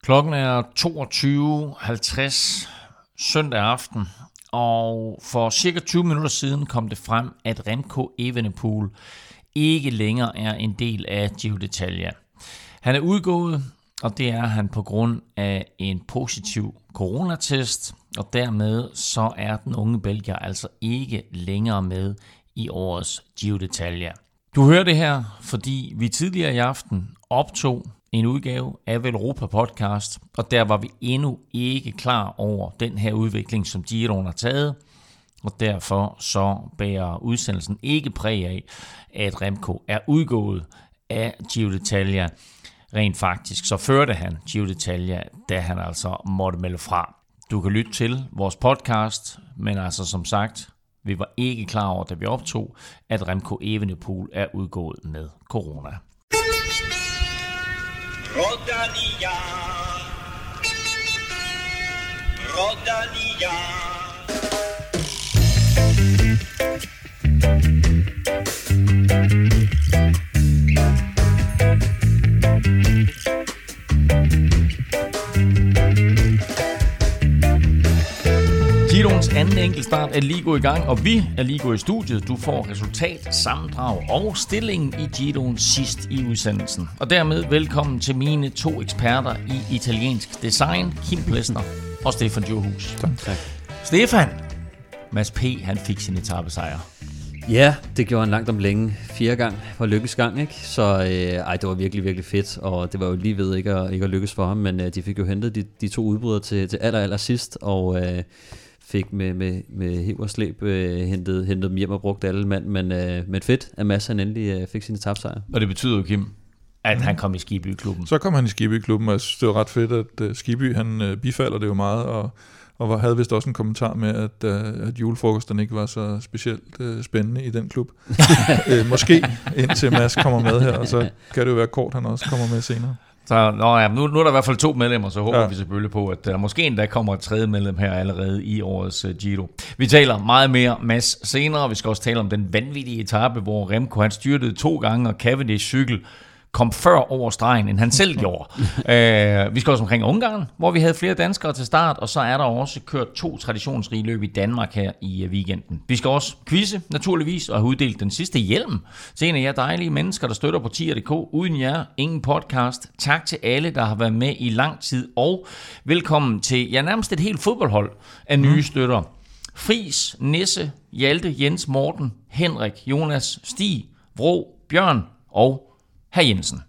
Klokken er 22.50 søndag aften, og for cirka 20 minutter siden kom det frem, at Remco Evenepoel ikke længere er en del af Giro d'Italia. Han er udgået, og det er han på grund af en positiv coronatest, og dermed så er den unge belgier altså ikke længere med i årets Giro d'Italia. Du hører det her, fordi vi tidligere i aften optog en udgave af Velropa Podcast, og der var vi endnu ikke klar over den her udvikling, som Giroen har taget, og derfor så bærer udsendelsen ikke præg af, at Remco er udgået af Giro d'Italia. Rent faktisk så førte han Giro d'Italia, da han altså måtte melde fra. Du kan lytte til vores podcast, men altså som sagt, vi var ikke klar over, da vi optog, at Remco Evenepoel er udgået med corona. Rodalia, Rodalia. Giroens anden enkeltstart er lige gået i gang, og vi er lige gået i studiet. Du får resultat, sammendrag og stillingen i Giroen sidst i udsendelsen. Og dermed velkommen til mine to eksperter i italiensk design, Kim Plesner og Stefan Djurhus. Tak. Stefan, Mads P. han fik sin etapesejr. Ja, det gjorde han langt om længe. 4 gang var lykkes gang, ikke? Så det var virkelig, virkelig fedt, og det var jo lige ved ikke at lykkes for ham, men de fik jo hentet de to udbrydere til aller sidst, og fik med hiv og slæb hentet dem hjem og brugt alle mand, men fedt, at Mads han endelig fik sin etapesejr. Og det betyder jo, Kim, at han kom i Skibby-klubben. Så kom han i Skibby-klubben, og jeg synes, det var ret fedt, at Skibby han bifalder det jo meget, og havde vist også en kommentar med, at julefrokosterne ikke var så specielt spændende i den klub. Måske indtil Mads kommer med her, og så kan det jo være Kort, han også kommer med senere. Så nu er der i hvert fald 2 medlemmer, så håber vi selvfølgelig på, at der måske endda kommer et 3. medlem her allerede i årets Giro. Vi taler meget mere Mads senere, vi skal også tale om den vanvittige etape, hvor Remco han styrtede 2 gange, og Cavendish cykel kom før over stregen, end han selv gjorde. Vi skal også omkring Ungarn, hvor vi havde flere danskere til start, og så er der også kørt 2 traditionsrige løb i Danmark her i weekenden. Vi skal også quizze, naturligvis, og have uddelt den sidste hjelm til en af jer dejlige mennesker, der støtter på tier.dk. Uden jer, ingen podcast. Tak til alle, der har været med i lang tid, og velkommen til nærmest et helt fodboldhold af nye støtter. Friis, Nisse, Hjalte, Jens, Morten, Henrik, Jonas, Stig, Vrå, Bjørn og Hr. Jensen.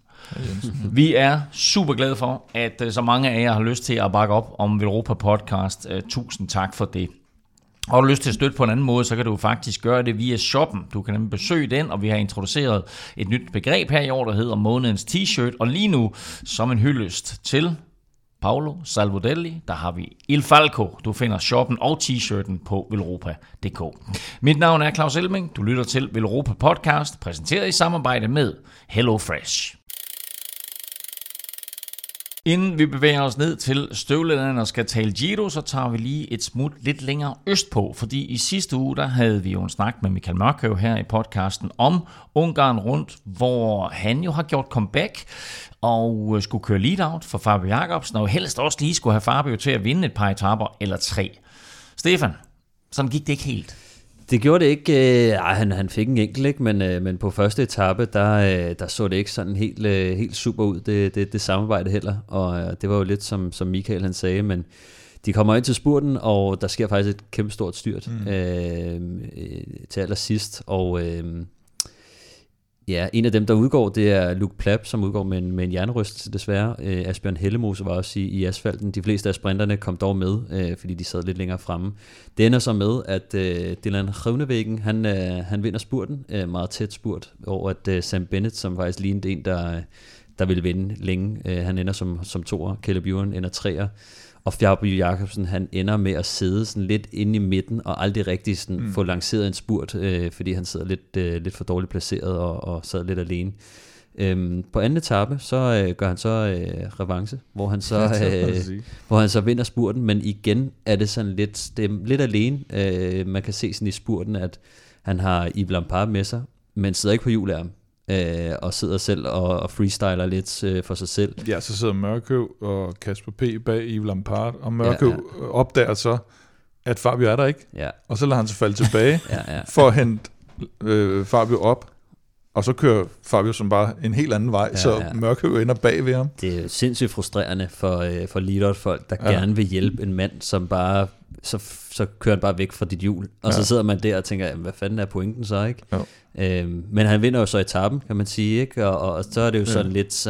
Vi er super glade for, at så mange af jer har lyst til at bakke op om Velropa Podcast. Tusind tak for det. Og har du lyst til at støtte på en anden måde, så kan du faktisk gøre det via shoppen. Du kan nemlig besøge den, og vi har introduceret et nyt begreb her i år, der hedder månedens t-shirt. Og lige nu, som en hyldest til Paolo Salvodelli, der har vi Il Falco. Du finder shoppen og t-shirten på velropa.dk. Mit navn er Claus Elming. Du lytter til Velropa Podcast, præsenteret i samarbejde med HelloFresh. Inden vi bevæger os ned til støvleland og skal tale Giro, så tager vi lige et smut lidt længere østpå, fordi i sidste uge, der havde vi jo en snak med Michael Mørkøv her i podcasten om Ungarn rundt, hvor han jo har gjort comeback og skulle køre lead-out for Fabio Jacobsen, og helst også lige skulle have Fabio til at vinde et par etaper eller 3. Stefan, sådan gik det ikke helt. Det gjorde det ikke. Han fik en enkelt, ikke? Men på første etape, der så det ikke sådan helt super ud, det samarbejde heller. Og det var jo lidt som Michael han sagde, men de kommer ind til spurten, og der sker faktisk et kæmpe stort styrt til allersidst. Og en af dem, der udgår, det er Luke Plapp, som udgår med en hjernerystelse desværre. Asbjørn Hellemose var også i asfalten. De fleste af sprinterne kom dog med, fordi de sad lidt længere fremme. Det ender så med, at Dylan Groenewegen, han vinder spurten, meget tæt spurt, over at Sam Bennett, som faktisk lignede en, der ville vinde længe. Han ender som toer, Caleb Ewan ender treer. Og Fabio Jacobsen, han ender med at sidde sådan lidt inde i midten, og aldrig rigtig sådan få lanceret en spurt, fordi han sidder lidt for dårligt placeret og sad lidt alene. På anden etape, så gør han så revanche, hvor han så vinder spurten, men igen er det sådan lidt alene. Man kan se sådan i spurten, at han har Yves Lampard med sig, men sidder ikke på hjul af ham. og sidder selv og freestyler lidt for sig selv. Ja, så sidder Mørkøv og Kasper P. bag Yves Lampard, og Mørkøv opdager så, at Fabio er der ikke, og så lader han sig falde tilbage for at hente Fabio op, og så kører Fabio som bare en helt anden vej, så Mørkøv ender bag ved ham. Det er sindssygt frustrerende for leader-folk, der gerne vil hjælpe en mand, som bare, så kører han bare væk fra dit hjul, og så sidder man der og tænker, hvad fanden er pointen så, ikke? Men han vinder jo så etappen, kan man sige, ikke? Og så er det jo sådan lidt,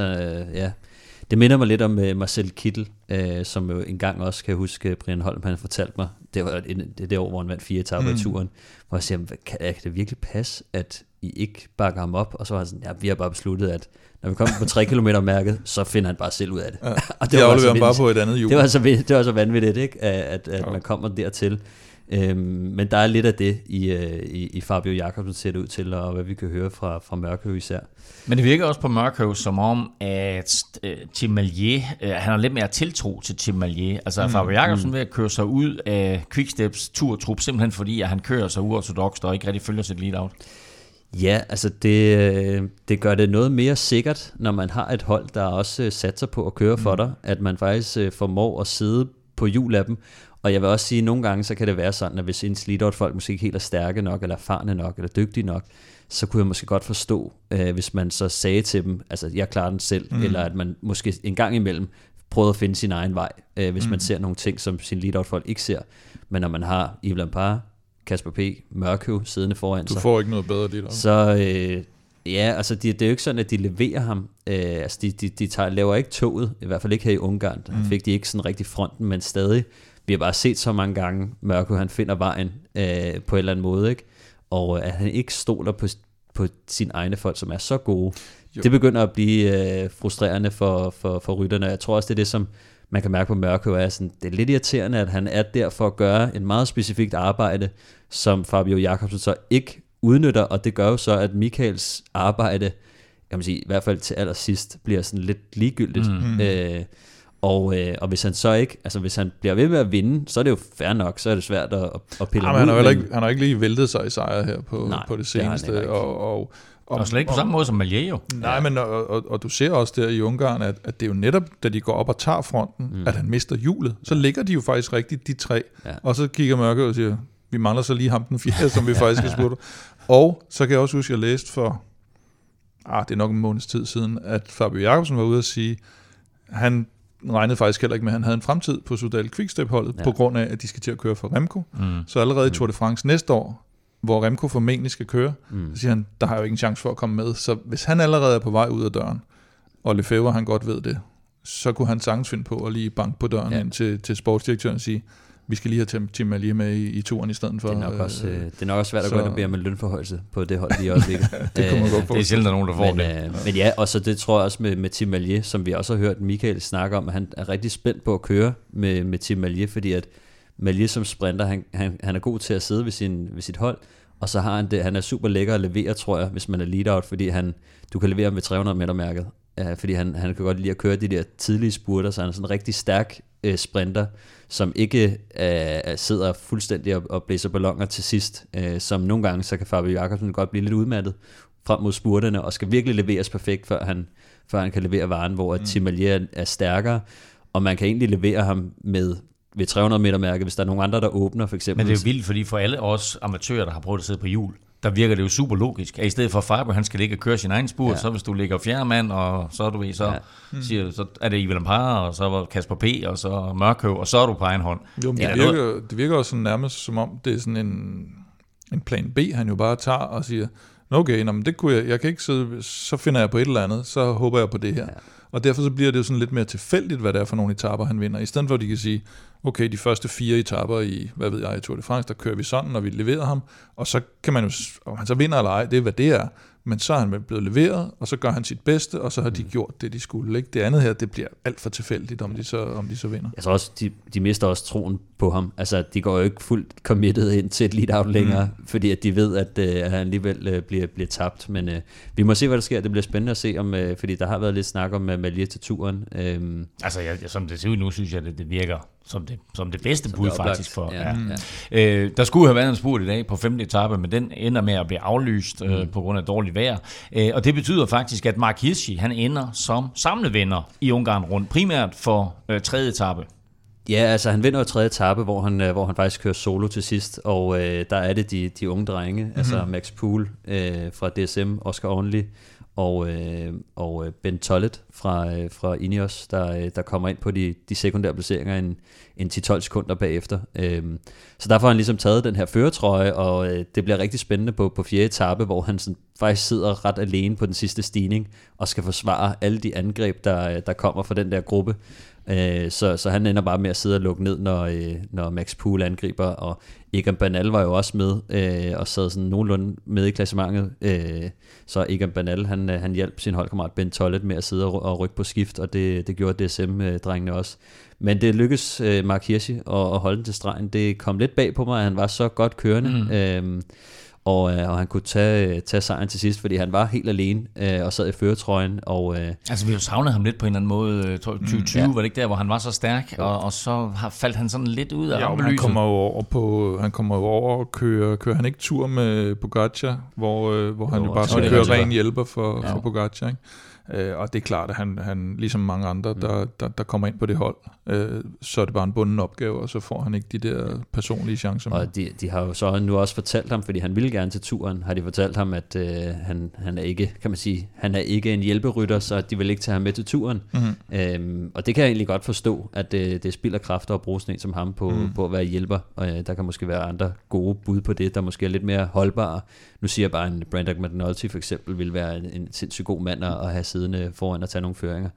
det minder mig lidt om Marcel Kittel, som jo engang også kan huske, Brian Holm, han fortalte mig, det var det år, hvor han vandt 4 etaper i turen, hvor jeg siger, kan det virkelig passe, at I ikke bakker ham op? Og så var han sådan, vi har bare besluttet, at når vi kommer på 3 kilometer-mærket, så finder han bare selv ud af det. Og det afleverer han bare på et andet hjul. Det var så vanvittigt, ikke? At man kommer dertil. Men der er lidt af det i Fabio Jakobsen, ser det ud til, og hvad vi kan høre fra Mørkøv især. Men det virker også på Mørkøv som om, at Tim Mallier, han har lidt mere tiltro til Tim Mallier. Altså Fabio Jakobsen ved at køre sig ud af Quicksteps turtrup, simpelthen fordi, at han kører sig uorthodoxt og ikke rigtig følger sit lead-out. Ja, altså det gør det noget mere sikkert, når man har et hold, der også satser på at køre for dig, at man faktisk formår at sidde på hjul af dem. Og jeg vil også sige, at nogle gange så kan det være sådan, at hvis ens lead-out-folk måske ikke helt er stærke nok, eller erfarne nok, eller dygtige nok, så kunne jeg måske godt forstå, hvis man så sagde til dem, altså jeg klarer den selv, eller at man måske en gang imellem prøvede at finde sin egen vej, hvis man ser nogle ting, som sin lead-out-folk ikke ser. Men når man har Yves Lampard, Kasper P., Mørkøv siddende foran sig. Du får ikke noget bedre lead-out. Så altså det er jo ikke sådan, at de leverer ham. Altså de laver ikke toget, i hvert fald ikke her i Ungarn. Der fik de ikke sådan rigtig fronten, men stadig. Vi har bare set så mange gange, Mørkøv han finder vejen på en eller anden måde, ikke? Og at han ikke stoler på sine egne folk, som er så gode. Jo. Det begynder at blive frustrerende for rytterne. Jeg tror også, det er det, som man kan mærke på Mørkøv, er sådan, det er lidt irriterende, at han er der for at gøre en meget specifikt arbejde, som Fabio Jakobsen så ikke udnytter, og det gør jo så, at Michaels arbejde, kan man sige, i hvert fald til allersidst, bliver sådan lidt ligegyldigt. Og hvis han så ikke, altså hvis han bliver ved med at vinde, så er det jo fair nok, så er det svært at pille ham ud. Han har ikke lige væltet sig i sejr her på det seneste. Og slet ikke på samme måde som Mallier jo. Nej, men og du ser også der i Ungarn, at det er jo netop, da de går op og tager fronten, at han mister hjulet. Så ligger de jo faktisk rigtigt, de 3. Ja. Og så kigger Mørke og siger, vi mangler så lige ham den 4, som vi faktisk skal spurgte. Og så kan jeg også huske, at jeg læste for, det er nok en måneds tid siden, at Fabio Jakobsen var ude at sige, han regnede faktisk heller ikke med, at han havde en fremtid på Soudal Quickstep-holdet, på grund af, at de skal til at køre for Remco. Så allerede i Tour de France næste år, hvor Remco formentlig skal køre, så siger han, der har jo ikke en chance for at komme med. Så hvis han allerede er på vej ud af døren, og Lefebvre han godt ved det, så kunne han sagtens finde på at lige banke på døren ind til sportsdirektøren og sige, vi skal lige have Tim Mallier med i turen i stedet for. Det er nok også svært at gå ind og bede om en lønforhøjelse på det hold lige også. Det kunne man godt få. Det er sjældent, der nogen, der får det. Men ja, og så det tror jeg også med Tim Mallier, som vi også har hørt Michael snakke om, at han er rigtig spændt på at køre med Tim Mallier, fordi at Mallier som sprinter, han er god til at sidde ved sit hold, og så har han det, han er super lækker at levere, tror jeg, hvis man er lead-out, fordi du kan levere ham ved 300 meter mærket, fordi han kan godt lide at køre de der tidlige spurter, så han er sådan en rigtig stærk sprinter, som ikke sidder fuldstændig og blæser balloner til sidst, som nogle gange, så kan Fabio Jakobsen godt blive lidt udmattet frem mod spurterne, og skal virkelig leveres perfekt, før han kan levere varen, hvor Tim Mallier er stærkere, og man kan egentlig levere ham ved 300 meter mærke, hvis der er nogen andre, der åbner, for eksempel. Men det er jo vildt, fordi for alle os amatører, der har prøvet at sidde på hjul, der virker det jo super logisk, at i stedet for Fabio, han skal ligge og køre sin egen spurt, så hvis du ligger fjerde mand, og så siger du, så er det Yves Lampard, og så var Kasper P, og så Mørkøv, og så er du på egen hånd. Jo, men det virker også sådan nærmest som om, det er sådan en plan B, han jo bare tager og siger, okay, men det kunne jeg kan ikke sidde, så finder jeg på et eller andet, så håber jeg på det her. Ja. Og derfor så bliver det jo sådan lidt mere tilfældigt, hvad det er for nogle etaper, han vinder. I stedet for, at de kan sige, okay, de første 4 etaper i, hvad ved jeg, i Tour de France, der kører vi sådan, når vi leverer ham. Og så kan man jo, om han så vinder eller ej, det er, hvad det er. Men så er han blevet leveret, og så gør han sit bedste, og så har de gjort det, de skulle. Ikke? Det andet her, det bliver alt for tilfældigt, om de så vinder. Jeg tror også, de mister også troen på ham. Altså, de går jo ikke fuldt committed ind til et lead-out længere, fordi at de ved, at han alligevel bliver tabt. Men vi må se, hvad der sker. Det bliver spændende at se, fordi der har været lidt snak om Mallier til turen. Altså, som det ser ud nu, synes jeg, at det virker som det bedste bud faktisk for. Der skulle have været en spurt i dag på 5. etape, men den ender med at blive aflyst på grund af dårlig ordentligt vejr. Og det betyder faktisk, at Mark Hirschi, han ender som samlevinder i Ungarn rundt, primært for tredje etape. Ja, altså han vinder jo tredje etape, hvor han faktisk kører solo til sidst, og der er det de unge drenge, altså Max Poole fra DSM, Oscar Only og Ben Tollett fra Ineos, der kommer ind på de sekundære placeringer en 10-12 sekunder bagefter. Så derfor har han ligesom taget den her førertrøje, og det bliver rigtig spændende på fjerde etape, hvor han sådan faktisk sidder ret alene på den sidste stigning og skal forsvare alle de angreb, der kommer fra den der gruppe. Så han ender bare med at sidde og lukke ned, når Max Poole angriber, og Egan Bernal var jo også med og sad sådan nogenlunde med i klassementet. Så Egan Bernal, han hjalp sin holdkammerat Ben Tollett med at sidde og rykke på skift, og det gjorde DSM-drengene også. Men det lykkedes Mark Hirschi at holde den til stregen. Det kom lidt bag på mig, at han var så godt kørende. Og han kunne tage sejren til sidst, fordi han var helt alene og sad i førertrøjen. Altså vi har jo savnet ham lidt på en eller anden måde. 2020 var det ikke der, hvor han var så stærk, og så faldt han sådan lidt ud af rampelyset. Han kommer jo over og kører han ikke tur med Pogacar, hvor han jo bare skal køre ren hjælper for Pogacar, ikke? Og det er klart, at han ligesom mange andre, der kommer ind på det hold, så er det bare en bunden opgave, og så får han ikke de der personlige chancer med. Og de har jo så nu også fortalt ham, fordi han ville gerne til turen, har de fortalt ham, at han er ikke, kan man sige, han er ikke en hjælperytter, så de vil ikke tage ham med til turen. Og det kan jeg egentlig godt forstå, at det spilder kræfter at bruge sådan en som ham på at være hjælper, og der kan måske være andre gode bud på det, der måske er lidt mere holdbare. Nu siger jeg bare, en Brandon McNulty for eksempel vil være en sindssygt god mand at have siddende foran at tage nogle føringer.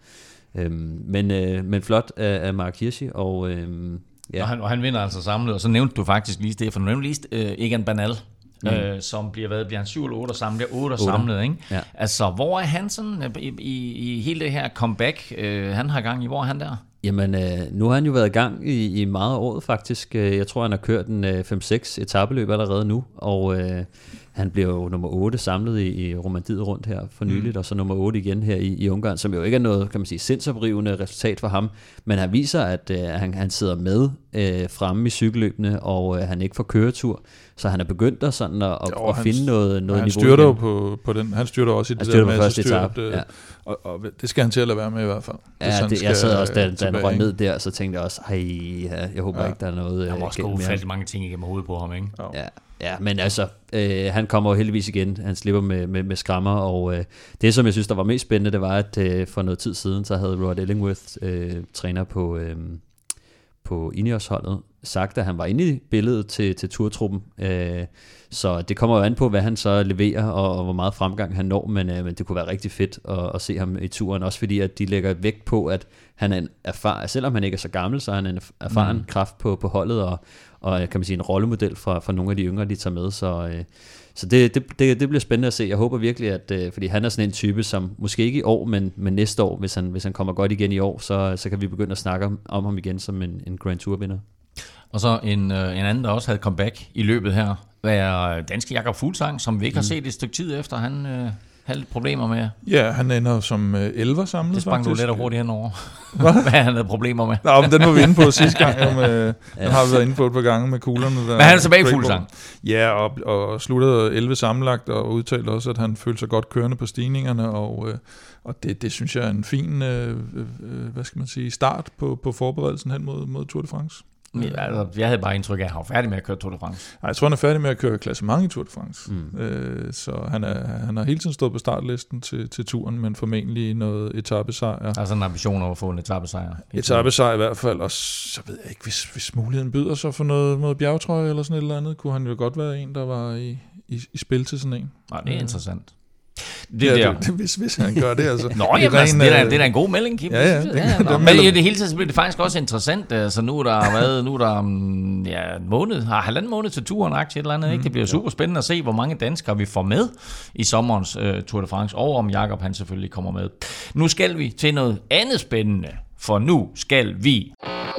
Men flot af Mark Hirschi, og og han vinder altså samlet, og så nævnte du faktisk lige det, for du nævnte lige Egan Bernal, som bliver han 7 eller 8 samlet, 8 samlet, ikke? Ja. Altså, hvor er han sådan i hele det her comeback, han har gang i, hvor er han der? Jamen, nu har han jo været i gang i meget af året faktisk. Jeg tror, han har kørt en 5-6 etapeløb allerede nu, og han bliver jo nummer 8 samlet i Romandiet rundt her for nyligt, og så nummer 8 igen her i Ungarn, som jo ikke er noget, kan man sige, sindsoprivende resultat for ham, men han viser, at han sidder med fremme i cykelløbene, og han ikke får køretur, så han er begyndt at finde noget niveau. Han styrter jo på den, han styrter også i det der med første etape, og det skal han til at lade være med i hvert fald. Ja, jeg sad også, da han røg ned der, så tænkte jeg også, jeg håber ikke, der er noget. Der var også gået ufattelig mange ting igennem hovedet på ham, ikke? Ja, men altså, han kommer jo heldigvis igen. Han slipper med skrammer, og det, som jeg synes, der var mest spændende, det var, at for noget tid siden, så havde Rod Ellingworth, træner på Ineos-holdet, sagt, at han var inde i billedet til turtruppen. Så det kommer jo an på, hvad han så leverer, og hvor meget fremgang han når, men det kunne være rigtig fedt at se ham i turen, også fordi, at de lægger vægt på, at han er en erfaren, selvom han ikke er så gammel, så er han en erfaren kraft på holdet, og kan man sige en rollemodel fra nogle af de yngre, de tager med, så det bliver spændende at se. Jeg håber virkelig, at fordi han er sådan en type, som måske ikke i år, men næste år, hvis han kommer godt igen i år, så kan vi begynde at snakke om ham igen som en Grand Tour-vinder. Og så en anden, der også havde comeback i løbet her, var danske Jakob Fuglsang, som vi ikke har set et stykke tid efter. Han havde lidt problemer med. Ja, han ender som 11 samlet. Det sprang du lidt og hurtigt henover. Hvad han havde problemer med. Nå, men den var vi inde på sidste gang. Den har vi været inde på et par gange med kuglerne. Men han er tilbage i Fuglsang. Ja, og sluttede 11 sammenlagt, og udtalte også, at han følte sig godt kørende på stigningerne, og det synes jeg er en fin hvad skal man sige, start på forberedelsen hen mod Tour de France. Jeg havde bare indtryk af, at han var færdig med at køre Tour de France. Nej, jeg tror, han er færdig med at køre klassement i Tour de France. Så han har hele tiden stået på startlisten til turen, men formentlig noget etapesejr. Altså en ambition over at få en etapesejr. Etapesejr i hvert fald, og så ved jeg ikke, hvis muligheden byder sig for noget bjergtrøje eller sådan et eller andet, kunne han jo godt være en, der var i spil til sådan en. Nej, det er interessant. Hvis han gør det, altså. Nå, jamen, altså, det er da en god melding, Kim. Men i det hele taget bliver det faktisk også interessant. Altså, nu er der en måned, halvanden måned til turen, aktie et eller andet. Ikke? Det bliver super spændende at se, hvor mange danskere vi får med i sommerens Tour de France, og om Jakob han selvfølgelig kommer med. Nu skal vi til noget andet spændende, for nu skal vi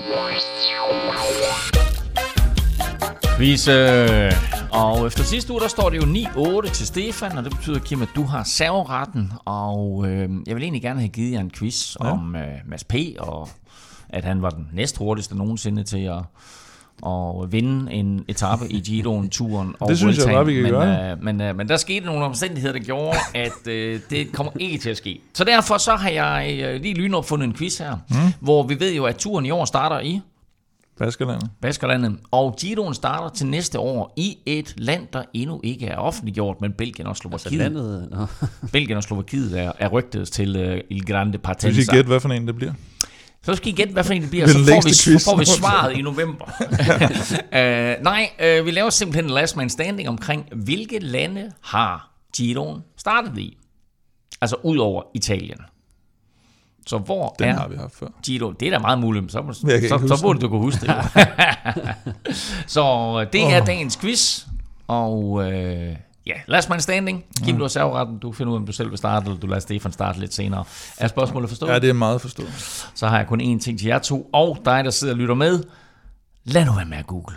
vise. Og efter sidste uge, der står det jo 9-8 til Stefan, og det betyder, Kim, at du har serveretten, og jeg vil egentlig gerne have givet jer en quiz om Mads P., og at han var den næsthurtigste nogensinde til og vinde en etape i Giroen-turen. Det synes jeg bare, vi kan gøre. Men der skete nogle omstændigheder, der gjorde, at det kommer ikke til at ske. Så derfor så har jeg lige lynopfundet en quiz her, hvor vi ved jo, at turen i år starter i Baskerlandet. Og Giroen starter til næste år i et land, der endnu ikke er offentliggjort, men Belgien og Slovakiet. Belgien og Slovakiet er rygtet til Il Grande Partenza. Hvis I gætte, hvad for en det bliver? Så skal I gætte, hvad for en det bliver, så får vi svaret i november. Vi laver simpelthen en last man standing omkring, hvilke lande har Giroen startet i? Altså ud over Italien. Så hvor den har vi haft før. Giro? Det er da meget muligt, så burde du kunne huske det. Så det er dagens quiz, og last man standing. Kim, du har serveretten. Du finder ud af, om du selv vil starte, eller du lader Stefan starte lidt senere. Er spørgsmålet forstået? Ja, det er meget forstået. Så har jeg kun én ting til jer to, og dig, der sidder og lytter med. Lad nu være med at google.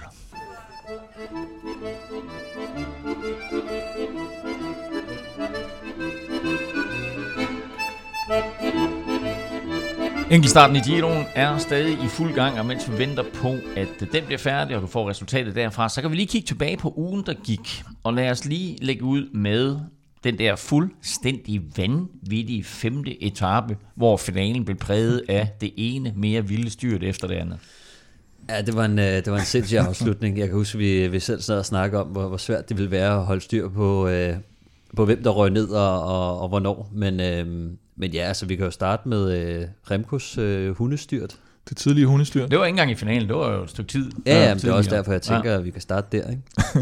Enkeltstarten i Giroen er stadig i fuld gang, og mens vi venter på, at den bliver færdig, og du får resultatet derfra, så kan vi lige kigge tilbage på ugen, der gik. Og lad os lige lægge ud med den der fuldstændig vanvittige 5. etape, hvor finalen blev præget af det ene mere vilde styrt efter det andet. Ja, det var en sindssyg afslutning. Jeg kan huske, vi selv sad og snakkede om, hvor svært det ville være at holde styr på hvem der røg ned og hvornår. Men ja, altså vi kan jo starte med Remcos hundestyrt. Det tidlige hundestyrt. Det var ikke engang i finalen, det var jo et stykke tid. Ja, det er også derfor, jeg tænker, at vi kan starte der,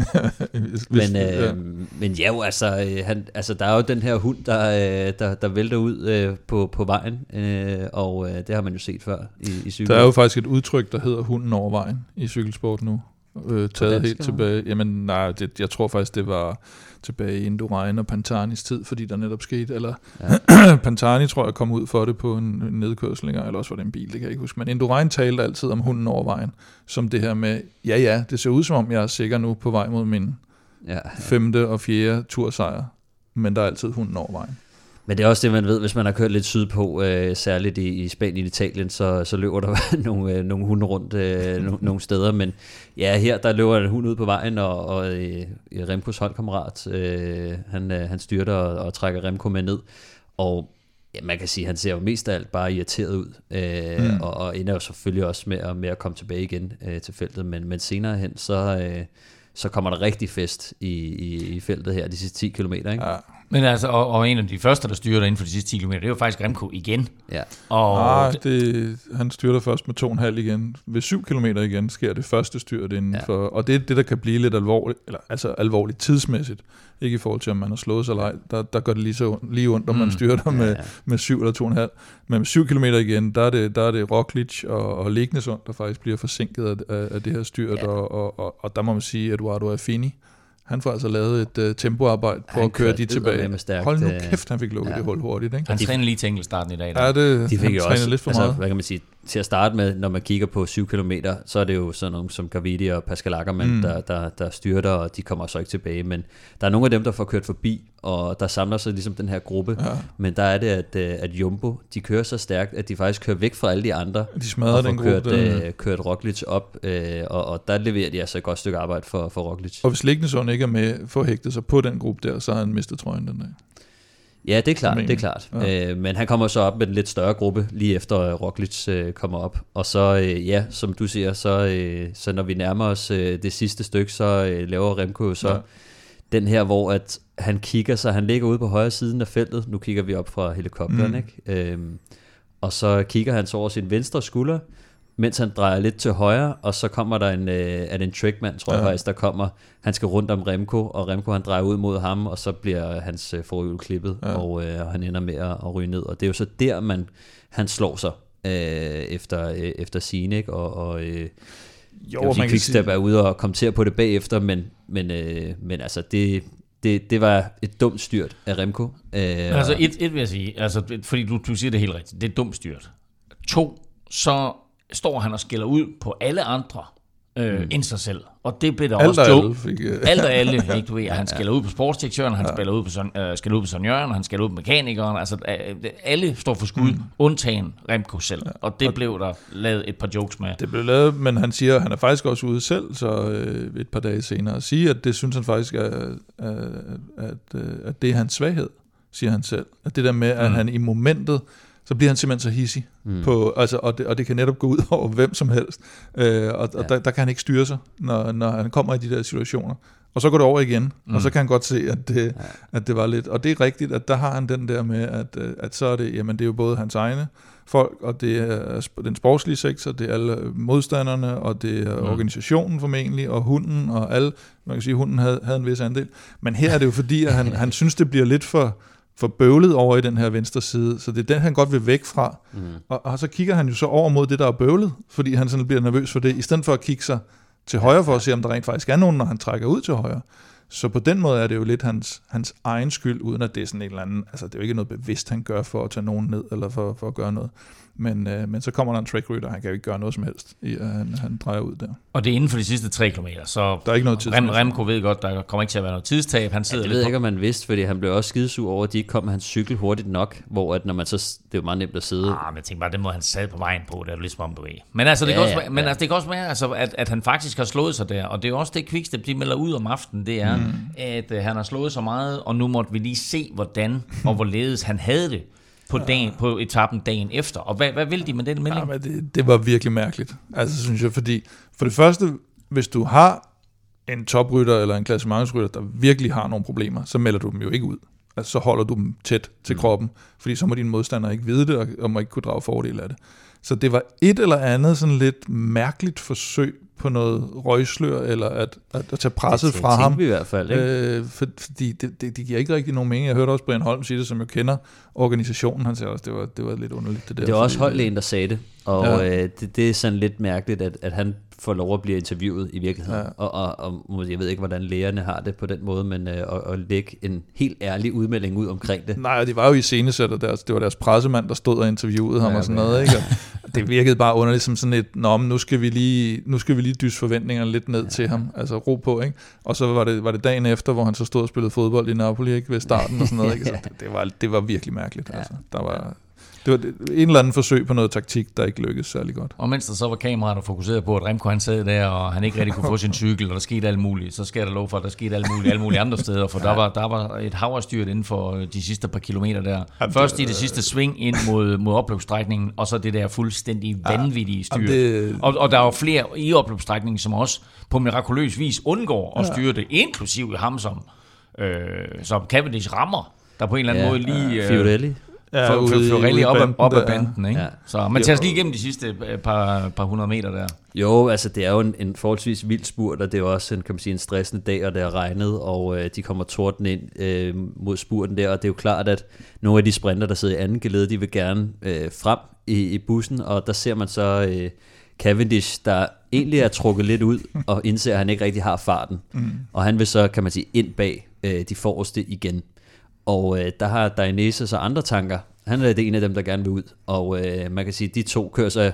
ikke? Men ja, altså der er jo den her hund, der vælter ud på vejen, og det har man jo set før i cykel. Der er jo faktisk et udtryk, der hedder hunden over vejen i cykelsport nu. Taget helt tilbage. Jamen nej, jeg tror faktisk, det var tilbage i Indurain og Pantanis tid, fordi der netop skete, eller Pantani tror jeg kom ud for det på en nedkørsel, eller også var det en bil, det kan jeg ikke huske, men Indurain talte altid om hunden over vejen, som det her med, det ser ud som om, jeg er sikker nu på vej mod min 5. og 4. tursejr, men der er altid hunden over vejen. Men det er også det, man ved, hvis man har kørt lidt sydpå, særligt i Spanien og Italien, så løber der nogle hunde rundt nogle steder. Men ja, her der løber en hund ud på vejen, og Remcos holdkammerat, han styrter og trækker Remco med ned. Og ja, man kan sige, at han ser jo mest af alt bare irriteret ud, og ender jo selvfølgelig også med at komme tilbage igen til feltet. Men senere hen, så kommer der rigtig fest i feltet her, de sidste 10 kilometer, ikke? Ja. Men altså, og en af de første, der styrter inden for de sidste 10 km, det er jo faktisk Remco igen. Ja. Han styrter først med 2,5 igen. Ved 7 km igen sker det første styrt indenfor, og det er det, der kan blive lidt alvorligt, eller altså alvorligt tidsmæssigt, ikke i forhold til, om man har slået sig leg. Der går det lige ondt, om man styrter med 7 eller 2,5. Men med 7 km igen, der er det Roglic og Lignesund, der faktisk bliver forsinket af det her styrt, og der må man sige, at Eduardo Affini, han får altså lavet et tempoarbejde på at køre de tilbage. Hold nu kæft, han fik lukket det hul hurtigt. Ikke? Han træner lige til enkeltstarten i dag. Ja, de fik jo også lidt for meget. Hvad kan man sige? Til at starte med, når man kigger på 7 kilometer, så er det jo sådan nogle som Gavidi og Pascal Ackermann, der styrter, og de kommer så ikke tilbage. Men der er nogle af dem, der får kørt forbi, og der samler sig ligesom den her gruppe. Ja. Men der er det, at Jumbo, de kører så stærkt, at de faktisk kører væk fra alle de andre. De smadrer den gruppe. Kørt Roglic op, og der leverer de altså et godt stykke arbejde for Roglic. Og hvis Lignesund ikke er med for at hægte sig på den gruppe der, så har han mistet trøjen den dag. Ja, det er klart. Ja. Men han kommer så op med en lidt større gruppe, lige efter Roglic kommer op. Og så, som du siger, så når vi nærmer os det sidste stykke, så laver Remco så den her, hvor at han kigger sig, han ligger ude på højre siden af feltet. Nu kigger vi op fra helikopteren, ikke? Og så kigger han så over sin venstre skulder, mens han drejer lidt til højre, og så kommer der en Trek-mand, tror jeg faktisk, der kommer. Han skal rundt om Remco, og Remco han drejer ud mod ham, og så bliver hans forhjul klippet, og han ender med at ryge ned. Og det er jo så der, han slår sig efter scene, ikke? Quickstep er ude og kommentere på det bagefter, men altså det var et dumt styrt af Remco. Altså et vil jeg sige, altså, fordi du siger det helt rigtigt, det er et dumt styrt. 2, så står han og skælder ud på alle andre, end sig selv. Og det blev der alt også alt og alle, ikke, du ved, han skælder ud på sportsdirektøren, han skælder ud på Søren Jørgen, han skælder ud på mekanikeren, altså alle står for skud, undtagen Remco selv. Og det blev der lavet et par jokes med. Det blev lavet, men han siger, at han er faktisk også ude selv, så et par dage senere, at sige, at det synes han faktisk at det er hans svaghed, siger han selv. At det der med, at han i momentet, så bliver han simpelthen så hissig på, altså, og det kan netop gå ud over hvem som helst, og der kan han ikke styre sig, når han kommer i de der situationer. Og så går det over igen, og så kan han godt se, at det var lidt, og det er rigtigt, at der har han den der med, at så er det, jamen det er jo både hans egne folk, og det er den sportslige sektor, det er alle modstanderne, og det er organisationen formentlig, og hunden, og alle, man kan sige, at hunden havde en vis andel. Men her er det jo fordi, at han synes, det bliver lidt for bøvlet over i den her venstre side, så det er den, han godt vil væk fra. Og så kigger han jo så over mod det, der er bøvlet, fordi han sådan bliver nervøs for det, i stedet for at kigge sig til højre for at se, om der rent faktisk er nogen, når han trækker ud til højre. Så på den måde er det jo lidt hans egen skyld, uden at det er sådan en eller anden, altså det er jo ikke noget bevidst, han gør for at tage nogen ned, eller for at gøre noget. Men så kommer der en trackrytter, han kan jo ikke gøre noget som helst, han drejer ud der. Og det er inden for de sidste 3 kilometer, så der er ikke noget tidstab. Remco ved godt, der kommer ikke til at være noget tidstab. Han sidder det ved jeg ikke, om man vidste, fordi han blev også skidesur over, at de ikke kom med hans cykel hurtigt nok, hvor at når man så, det er jo meget nemt at sidde. Men jeg tænker bare, den måde han sad på vejen på, det er jo ligesom om bevæge. Men altså, det kan også være, altså, at han faktisk har slået sig der, og det er jo også det Quickstep, de melder ud om aftenen, det er, at han har slået så meget, og nu måtte vi lige se, hvordan og hvorledes han havde det på etappen dagen efter. Og hvad vil de med den melding? Ja, men det var virkelig mærkeligt. Altså, synes jeg, fordi for det første, hvis du har en toprytter eller en klassementsrytter, der virkelig har nogle problemer, så melder du dem jo ikke ud. Altså, så holder du dem tæt til kroppen, fordi så må dine modstandere ikke vide det, og må ikke kunne drage fordel af det. Så det var et eller andet sådan lidt mærkeligt forsøg på noget røgslør, eller at tage presset fra ham. Det i hvert fald, ikke? Fordi det giver ikke rigtig nogen mening. Jeg hørte også Brian Holm sige det, som jo kender organisationen. Han sagde også, det var lidt underligt. Det var også holdlægen, der sagde det. Og det er sådan lidt mærkeligt, at han får lov at blive interviewet i virkeligheden. Ja. Og jeg ved ikke, hvordan lægerne har det på den måde, men at lægge en helt ærlig udmelding ud omkring det. Nej, det var jo i scenesæt, og det var deres pressemand, der stod og interviewede ham og sådan noget. Ikke? Og det virkede bare underligt som sådan et, nu skal vi lige dyse forventningerne lidt ned til ham. Altså ro på, ikke? Og så var det dagen efter, hvor han så stod og spillede fodbold i Napoli, ikke? Ved starten og sådan noget. Ikke? Så det var virkelig mærkeligt. Altså. Det var en eller anden forsøg på noget taktik, der ikke lykkedes særlig godt. Og mens der så var kameraet, der fokuserede på, at Remco han sad der, og han ikke rigtig kunne få sin cykel, og der skete alt muligt, så skal der lov for, at der skete alle mulige andre steder, for der var et hav af styrt inden for de sidste par kilometer der. Først i det sidste sving ind mod opløbsstrækningen, og så det der fuldstændig vanvittige styr. Og der var flere i opløbsstrækningen, som også på mirakuløs vis undgår at styre det, inklusive ham, som Cavendish rammer, der på en eller anden måde lige... Fiorelli. Fiorelli op ad banden, ikke? Ja. Så man tager lige igennem de sidste par 100 meter der. Jo, altså det er jo en forholdsvis vild spurt, og det er jo også en stressende dag, og det er regnet, og de kommer torden ind mod spurten der, og det er jo klart, at nogle af de sprinter, der sidder i anden gelede, de vil gerne frem i bussen, og der ser man så Cavendish, der egentlig er trukket lidt ud, og indser, at han ikke rigtig har farten. Og han vil så, kan man sige, ind bag de forreste igen. Og der har Dainese så andre tanker. Han er det en af dem, der gerne vil ud. Og man kan sige, at de to kører sig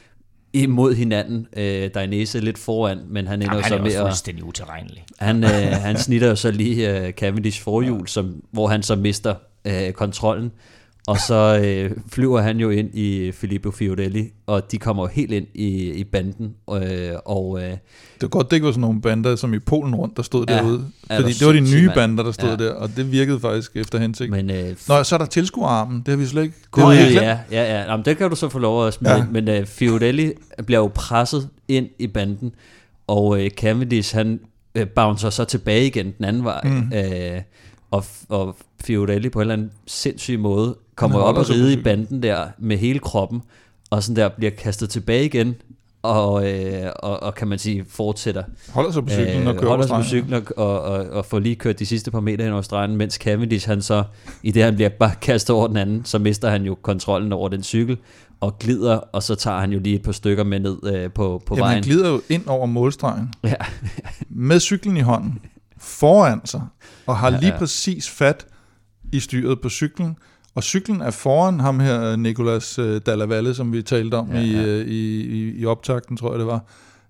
imod hinanden. Dainese lidt foran, men han ender så med at... Han er fuldstændig utilregnelig. Han snitter jo så lige Cavendish forhjul, hvor han så mister kontrollen. Og så flyver han jo ind i Filippo Fiorelli, og de kommer jo helt ind i banden. Det var godt, det ikke var sådan nogle bander, som i Polen rundt, der stod derude. Fordi det var de nye bander, der stod der, og det virkede faktisk efter hensigt. Så er der tilskuerarmen, det har vi slet ikke... Ja. Jamen, det kan du så få lov at smide. Men Fiorelli bliver jo presset ind i banden, og Cavendish, han bouncer så tilbage igen den anden vej. Og Fiorelli på en eller anden sindssyg måde kommer op og ride i banden der med hele kroppen, og sådan der bliver kastet tilbage igen, og kan man sige fortsætter. Holder sig på cyklen og kører holder sig på cyklen og får lige kørt de sidste par meter hen over stregen, mens Cavendish, han så, i det han bliver bare kastet over den anden, så mister han jo kontrollen over den cykel, og glider, og så tager han jo lige et par stykker med ned på vejen. Han glider jo ind over målstregen, med cyklen i hånden, foran sig, og har lige præcis fat i styret på cyklen, og cyklen er foran ham her, Nicolas Dalla Valle, som vi talte om i optakten, tror jeg det var.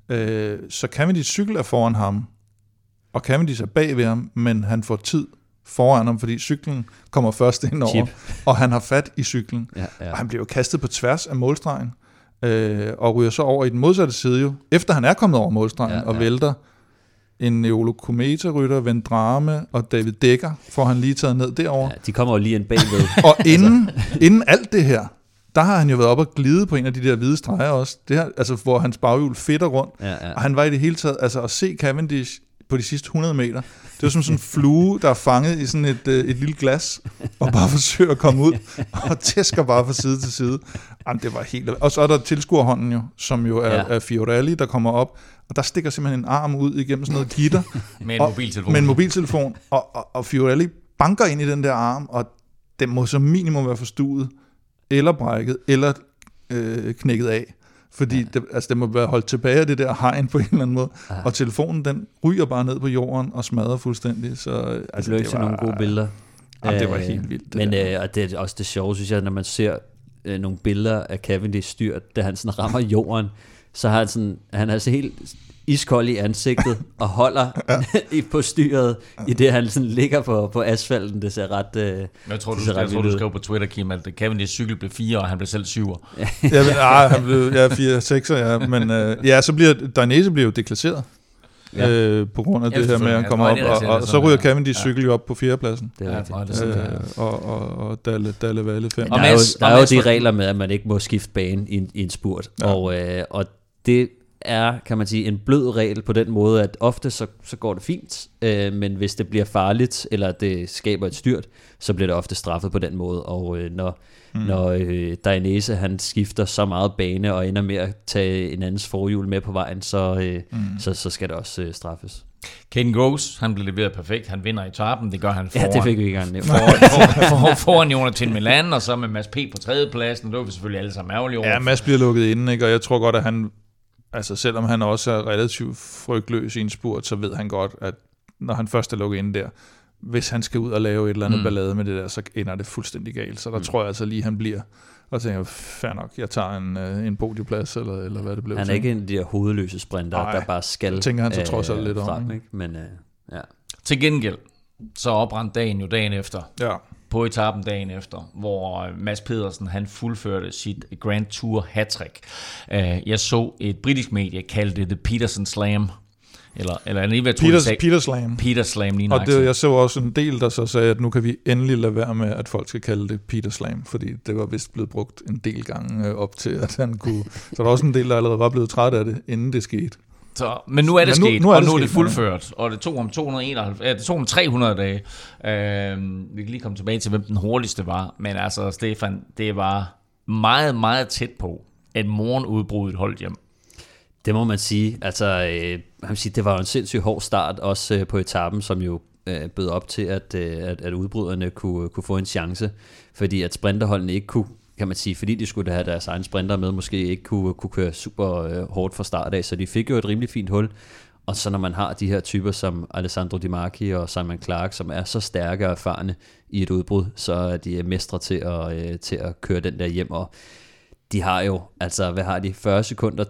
Så Cavendish cykel er foran ham, og Cavendish er bag ved ham, men han får tid foran ham, fordi cyklen kommer først ind over, og han har fat i cyklen. Og han bliver jo kastet på tværs af målstregen, og ryger så over i den modsatte side jo, efter han er kommet over målstregen, og vælter en Eolo Kometa-rytter, Vendrame og David Dekker, får han lige taget ned derover. Ja, de kommer jo lige en bagved. Og inden alt det her, der har han jo været op og glide på en af de der hvide streger også, det her, altså, hvor hans baghjul fedter rundt, og han var i det hele taget, altså at se Cavendish på de sidste 100 meter, det var som sådan en flue, der er fanget i sådan et lille glas, og bare forsøger at komme ud, og tæsker bare fra side til side. Jamen, det var helt... Og så er der tilskuerhånden jo, som jo er Fiorelli, der kommer op, og der stikker simpelthen en arm ud igennem sådan noget gitter. Med en mobiltelefon. Og Fiorelli banker ind i den der arm, og den må som minimum være forstuet, eller brækket, eller knækket af. Fordi det må være holdt tilbage af det der hegn på en eller anden måde. Og telefonen, den ryger bare ned på jorden og smadrer fuldstændig. Så, altså, det var nogle gode billeder. Det var helt vildt. Men og det er også det sjove, synes jeg, når man ser nogle billeder af Cavendish styrt, da han sådan rammer jorden, så har han altså helt iskold i ansigtet og holder på styret, i det han sådan ligger på asfalten. Det ser ret... Jeg tror, du skrev på Twitter, Kim, at Cavendish cykel blev 4, og han blev selv 7'er. Han blev 4-6'er, men så bliver Dainese jo deklasseret. På grund af det her med at komme op, og så ryger Cavendish cykel jo op på 4. pladsen. Og Dalle Valle 5. Der er jo de regler med, at man ikke må skifte bane i en spurt, og det er, kan man sige, en blød regel på den måde, at ofte så går det fint, men hvis det bliver farligt, eller det skaber et styrt, så bliver det ofte straffet på den måde, og når Dainese han skifter så meget bane, og ender med at tage en andens forhjul med på vejen, så skal det også straffes. Caden Groves, han blev leveret perfekt, han vinder etapen, det gør han foran. Ja, det fik vi ikke engang foran Jonathan Milan, og så med Mads P. på 3. pladsen, og det var vi selvfølgelig alle sammen ærgerlige over. Ja, Mads bliver lukket inde, ikke? Og jeg tror godt, at han, altså selvom han også er relativt frygtløs i en spurt, så ved han godt, at når han først er lukket inde der, hvis han skal ud og lave et eller andet ballade med det der, så ender det fuldstændig galt. Så der tror jeg altså lige, han bliver, og tænker, fair nok, jeg tager en podieplads, eller hvad det blev. Han er ikke en af de der hovedløse sprinter, der bare skal... Det tænker han så trods alt lidt om. Ikke? Men, Til gengæld, så oprandt dagen efter. Ja. På etappen dagen efter, hvor Mads Pedersen han fuldførte sit Grand Tour hattrick. Jeg så et britisk medie kalde det The Peterson Slam. Peter Slam. Peter Slam, lige og jeg så også en del, der så sagde, at nu kan vi endelig lade være med, at folk skal kalde det Peter Slam, fordi det var vist blevet brugt en del gange op til, at han kunne... Så der var også en del, der allerede var blevet træt af det, inden det skete. Men nu er det sket, og nu er det fuldført, og det tog ham 300 dage. Vi kan lige komme tilbage til, hvem den hurtigste var, men altså, Stefan, det var meget, meget tæt på, at morgenudbruddet holdt hjem. Det må man sige. Altså, det var jo en sindssygt hård start, også på etappen, som jo bød op til, at udbryderne kunne få en chance, fordi at sprinterholdene ikke kunne, kan man sige, fordi de skulle have deres egen sprinter med, måske ikke kunne køre super hårdt fra start af, så de fik jo et rimelig fint hul. Og så når man har de her typer som Alessandro Di Marchi og Simon Clark, som er så stærke og erfarne i et udbrud, så er de mestre til at køre den der hjem. Og de har jo, altså hvad har de, 40 sekunder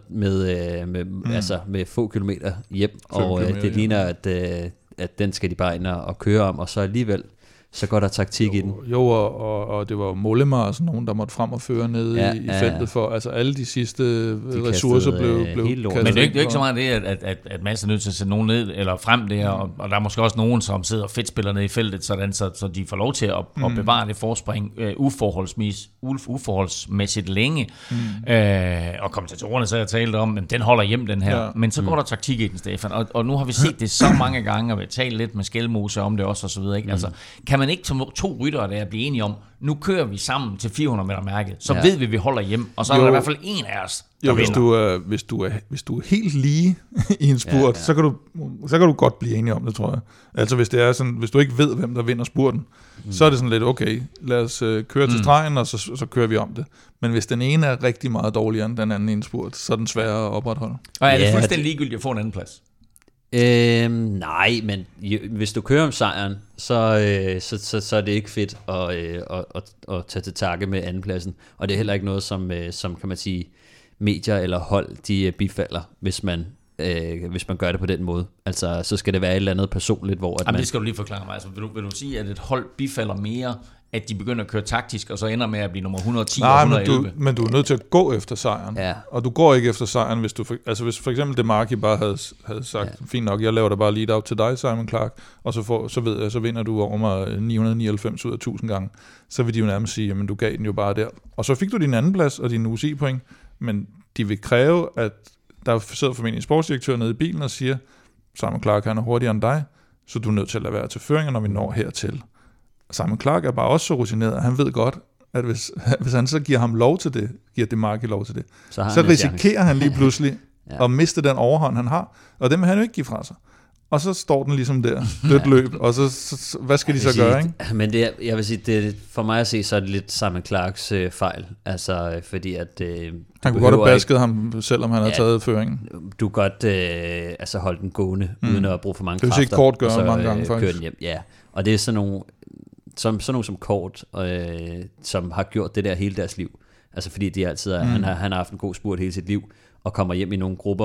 med få kilometer hjem, og det ligner, at den skal de bare ind og køre om, og så alligevel, så går der taktik i den. Jo, og det var Mollema og sådan nogen, der måtte frem og føre ned i feltet for, altså alle de sidste ressourcer blev kastet. Men det er ikke så meget det, at Mads er nødt til at sætte nogen ned eller frem der, og der er måske også nogen, som sidder og fedtspiller ned i feltet, sådan, så de får lov til at bevare det forspring uforholdsmæssigt længe. Og kommentatorerne så jeg talte om, men den holder hjem den her. Men så går der taktik i den, Stefan, og nu har vi set det så mange gange, og vi har talt lidt med Skelmose om det også, og så videre, ikke? Altså, kan man ikke som 2 ryttere der blive enige om, nu kører vi sammen til 400 meter mærket, så ved vi holder hjem, og så er der i hvert fald en af os, der vinder. Hvis du er helt lige i en spurt, så kan du godt blive enig om det, tror jeg. Altså hvis det er sådan, hvis du ikke ved, hvem der vinder spurten, så er det sådan lidt, okay, lad os køre til stregen, og så kører vi om det. Men hvis den ene er rigtig meget dårligere end den anden i en spurt, så er den sværere at opretholde. Og er det fuldstændig ligegyldigt at få en anden plads? Nej, men hvis du kører om sejren, så er det ikke fedt at tage til takke med andenpladsen, og det er heller ikke noget, som kan man sige, medier eller hold, de bifalder, hvis man hvis man gør det på den måde. Altså, så skal det være et eller andet personligt, hvor... Jamen, det skal du lige forklare mig. Altså, vil du sige, at et hold bifalder mere, at de begynder at køre taktisk, og så ender med at blive nummer 110 og 111? Men du er nødt til at gå efter sejren. Ja. Og du går ikke efter sejren, hvis for eksempel DeMarchi bare havde sagt, fint nok, jeg laver da bare lead-out til dig, Simon Clark, og så vinder du over mig 999 ud af 1000 gange. Så vil de jo nærmest sige, jamen du gav den jo bare der. Og så fik du din anden plads og din UCI-point, men de vil kræve, at der sidder formentlig en sportsdirektør nede i bilen og siger, Simon Clark, han er hurtigere end dig, så du er nødt til at lade være til føringer, når vi når hertil. Simon Clark er bare også så rutineret, at han ved godt, at hvis han så giver ham lov til det, giver DeMarchi lov til det, så risikerer han lige pludselig at miste den overhånd, han har, og den vil han jo ikke give fra sig. Og så står den ligesom der, dødt løb, og så hvad skal de så gøre, ikke? Men jeg vil sige, for mig at se, så er det lidt Simon Clarks fejl. Altså, fordi at... han kunne godt have basket ham, selvom han havde taget føringen. Du kan godt holde den gående, uden at bruge for mange kræfter. Det vil sige Kort gøre mange gange, faktisk. Køre den hjem, ja. Og det er sådan nogle som Kort, som har gjort det der hele deres liv. Altså fordi de altid han har haft en god spurt hele sit liv, og kommer hjem i nogle grupper,